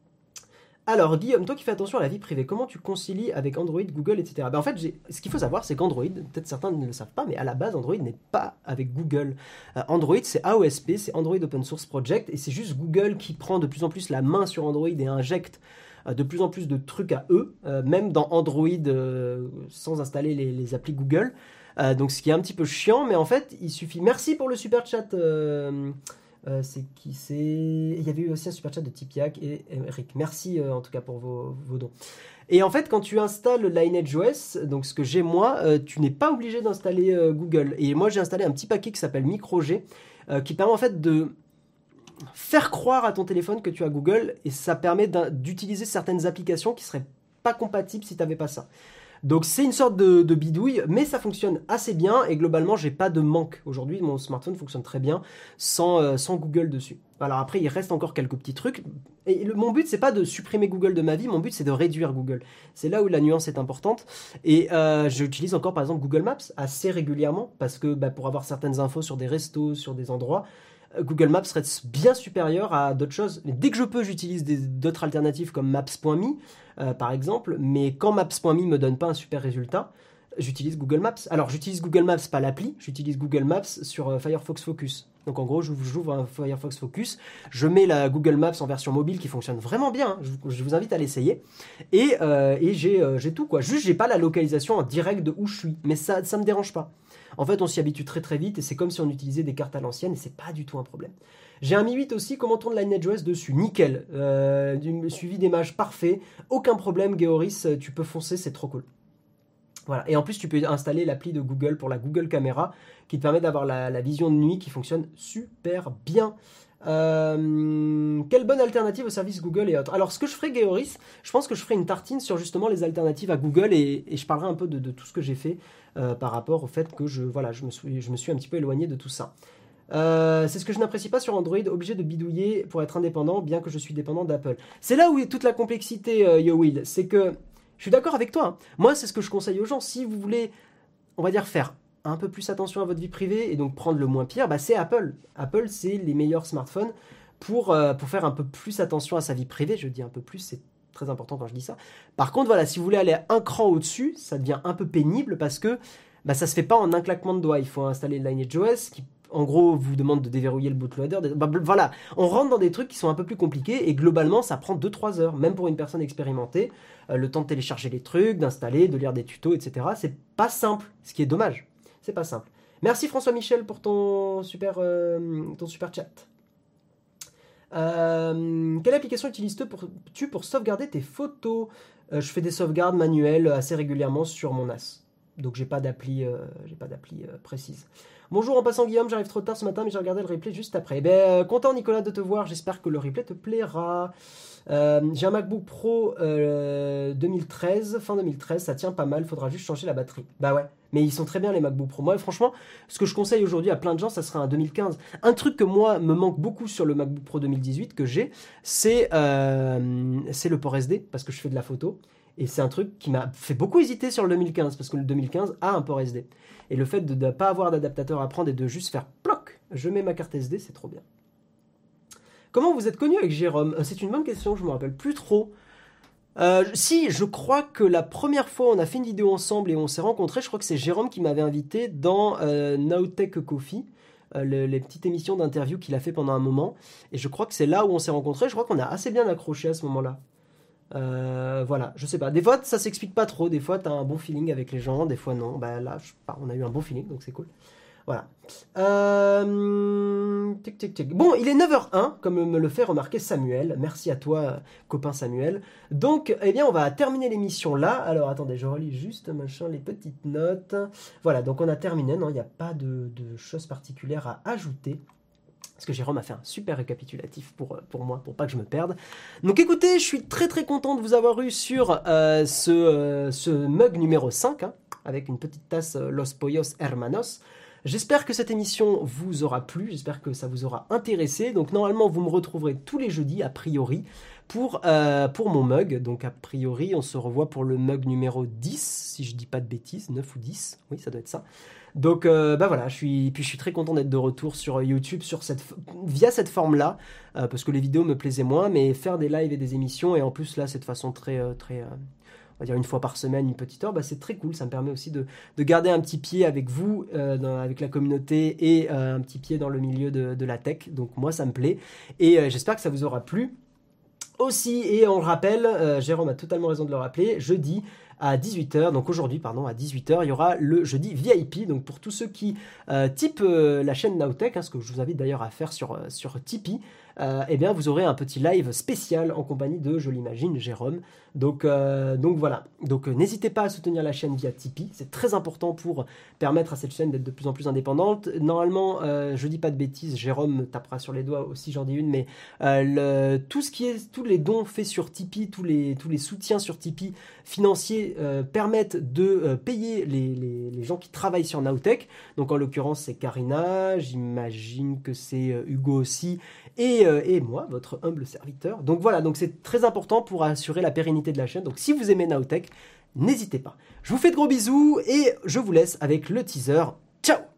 Alors, Guillaume, toi qui fais attention à la vie privée, comment tu concilies avec Android, Google, et cetera. Ben, en fait, j'ai- ce qu'il faut savoir, c'est qu'Android, peut-être certains ne le savent pas, mais à la base, Android n'est pas avec Google. Euh, Android, c'est A O S P, c'est Android Open Source Project, et c'est juste Google qui prend de plus en plus la main sur Android et injecte euh, de plus en plus de trucs à eux, euh, même dans Android, euh, sans installer les, les applis Google. Euh, donc, ce qui est un petit peu chiant, mais en fait, il suffit. Merci pour le super chat. euh, euh, c'est qui c'est Il y avait eu aussi un super chat de Tipiak et Eric. Merci euh, en tout cas pour vos, vos dons. Et en fait, quand tu installes LineageOS, donc ce que j'ai moi, euh, tu n'es pas obligé d'installer euh, Google. Et moi, j'ai installé un petit paquet qui s'appelle MicroG, euh, qui permet en fait de faire croire à ton téléphone que tu as Google, et ça permet d'un- d'utiliser certaines applications qui seraient pas compatibles si tu n'avais pas ça. Donc c'est une sorte de, de bidouille, mais ça fonctionne assez bien et globalement j'ai pas de manque. Aujourd'hui mon smartphone fonctionne très bien sans, euh, sans Google dessus. Alors après il reste encore quelques petits trucs. Et le- mon but c'est pas de supprimer Google de ma vie, mon but c'est de réduire Google. C'est là où la nuance est importante. Et euh, j'utilise encore par exemple Google Maps assez régulièrement parce que bah, pour avoir certaines infos sur des restos, sur des endroits, euh, Google Maps serait bien supérieur à d'autres choses. Mais dès que je peux, j'utilise des- d'autres alternatives comme Maps point me, euh, par exemple. Mais quand Maps point me me donne pas un super résultat, j'utilise Google Maps. Alors, j'utilise Google Maps, pas l'appli, j'utilise Google Maps sur euh, Firefox Focus. Donc, en gros, j'ouvre j'ouvre un Firefox Focus, je mets la Google Maps en version mobile qui fonctionne vraiment bien. hein. Je, vous- je vous invite à l'essayer. Et, euh, et j'ai euh, j'ai tout, quoi. Juste, j'ai pas la localisation en direct de où je suis. Mais ça, ça me dérange pas. En fait, on s'y habitue très très vite et c'est comme si on utilisait des cartes à l'ancienne et c'est pas du tout un problème. J'ai un Mi huit aussi, comment tourne LineageOS dessus? Nickel. Euh, du suivi d'images parfait. Aucun problème, Georis, tu peux foncer, c'est trop cool. Voilà. Et en plus, tu peux installer l'appli de Google pour la Google Caméra qui te permet d'avoir la, la vision de nuit qui fonctionne super bien. Euh, quelle bonne alternative au service Google et autres. Alors, ce que je ferai, Georis, je pense que je ferai une tartine sur justement les alternatives à Google et, et je parlerai un peu de, de tout ce que j'ai fait euh, par rapport au fait que je, voilà, je, me suis, je me suis un petit peu éloigné de tout ça. Euh, c'est ce que je n'apprécie pas sur Android, obligé de bidouiller pour être indépendant, bien que je suis dépendant d'Apple. C'est là où est toute la complexité, euh, Yo Will. C'est que je suis d'accord avec toi. hein. Moi, c'est ce que je conseille aux gens. Si vous voulez, on va dire, faire un peu plus attention à votre vie privée et donc prendre le moins pire, bah, c'est Apple. Apple, c'est les meilleurs smartphones pour, euh, pour faire un peu plus attention à sa vie privée. Je dis un peu plus, c'est très important quand je dis ça. Par contre, voilà, si vous voulez aller un cran au-dessus, ça devient un peu pénible parce que bah ça se fait pas en un claquement de doigts. Il faut installer Lineage O S qui en gros vous demande de déverrouiller le bootloader. Bah, voilà, on rentre dans des trucs qui sont un peu plus compliqués et globalement ça prend deux trois heures, même pour une personne expérimentée. Euh, le temps de télécharger les trucs, d'installer, de lire des tutos, et cetera. C'est pas simple, ce qui est dommage. C'est pas simple. Merci François Michel pour ton super, euh, ton super chat. Euh, quelle application utilises-tu pour, tu pour sauvegarder tes photos? euh, Je fais des sauvegardes manuelles assez régulièrement sur mon N A S. Donc j'ai pas d'appli euh, j'ai pas d'appli euh, précise. Bonjour en passant Guillaume, j'arrive trop tard ce matin mais j'ai regardé le replay juste après. Eh ben, euh, content Nicolas de te voir, j'espère que le replay te plaira. Euh, j'ai un MacBook Pro euh, deux mille treize, fin deux mille treize, ça tient pas mal, faudra juste changer la batterie. Bah ouais, mais ils sont très bien les MacBook Pro. Moi franchement, ce que je conseille aujourd'hui à plein de gens, ça serait un deux mille quinze. Un truc que moi me manque beaucoup sur le MacBook Pro deux mille dix-huit que j'ai, c'est euh, c'est le port S D, parce que je fais de la photo. Et c'est un truc qui m'a fait beaucoup hésiter sur le deux mille quinze, parce que le deux mille quinze a un port S D. Et le fait de ne pas avoir d'adaptateur à prendre et de juste faire ploc, je mets ma carte S D, c'est trop bien. Comment vous êtes connu avec Jérôme? C'est une bonne question, je me rappelle plus trop. Euh, si, je crois que la première fois on a fait une vidéo ensemble et on s'est rencontrés, je crois que c'est Jérôme qui m'avait invité dans euh, Nowtech Coffee, euh, le, les petites émissions d'interview qu'il a fait pendant un moment. Et je crois que c'est là où on s'est rencontrés, je crois qu'on a assez bien accroché à ce moment-là. Euh, voilà, je sais pas. Des fois, ça s'explique pas trop. Des fois, t'as un bon feeling avec les gens. Des fois, non. Bah là, je sais pas, on a eu un bon feeling, donc c'est cool. Voilà. Euh... Tic, tic, tic. Bon, il est neuf heures un, comme me le fait remarquer Samuel. Merci à toi, copain Samuel. Donc, eh bien, on va terminer l'émission là. Alors, attendez, je relis juste machin, les petites notes. Voilà, donc on a terminé. Non, il n'y a pas de, de choses particulières à ajouter. Parce que Jérôme a fait un super récapitulatif pour, pour moi, pour pas que je me perde. Donc écoutez, je suis très très content de vous avoir eu sur euh, ce, euh, ce mug numéro cinq, hein, avec une petite tasse euh, Los Pollos Hermanos. J'espère que cette émission vous aura plu, j'espère que ça vous aura intéressé. Donc normalement, vous me retrouverez tous les jeudis, a priori, pour, euh, pour mon mug. Donc a priori, on se revoit pour le mug numéro dix, si je dis pas de bêtises, neuf ou dix, oui, ça doit être ça. Donc euh, bah voilà, je suis, puis je suis très content d'être de retour sur YouTube sur cette, via cette forme-là, euh, parce que les vidéos me plaisaient moins, mais faire des lives et des émissions, et en plus là, cette façon très... Euh, très euh, on va dire une fois par semaine, une petite heure, bah c'est très cool, ça me permet aussi de, de garder un petit pied avec vous, euh, dans, avec la communauté, et euh, un petit pied dans le milieu de, de la tech, donc moi ça me plaît, et euh, j'espère que ça vous aura plu aussi, et on le rappelle, euh, Jérôme a totalement raison de le rappeler, jeudi, à dix-huit heures, donc aujourd'hui, pardon, à dix-huit heures, il y aura le jeudi V I P, donc pour tous ceux qui euh, typent euh, la chaîne Nowtech, hein, ce que je vous invite d'ailleurs à faire sur, euh, sur Tipeee, euh, eh bien vous aurez un petit live spécial en compagnie de, je l'imagine, Jérôme. Donc, euh, donc voilà, donc euh, n'hésitez pas à soutenir la chaîne via Tipeee, c'est très important pour permettre à cette chaîne d'être de plus en plus indépendante. Normalement, euh, je dis pas de bêtises, Jérôme me tapera sur les doigts aussi, j'en dis une, mais euh, le, tout ce qui est, tous les dons faits sur Tipeee, tous les, tous les soutiens sur Tipeee financiers euh, permettent de euh, payer les, les, les gens qui travaillent sur Nowtech. Donc en l'occurrence, c'est Karina, j'imagine que c'est euh, Hugo aussi, et, euh, et moi, votre humble serviteur. Donc voilà, donc c'est très important pour assurer la pérennité de la chaîne. Donc si vous aimez Nowtech, n'hésitez pas. Je vous fais de gros bisous et je vous laisse avec le teaser. Ciao!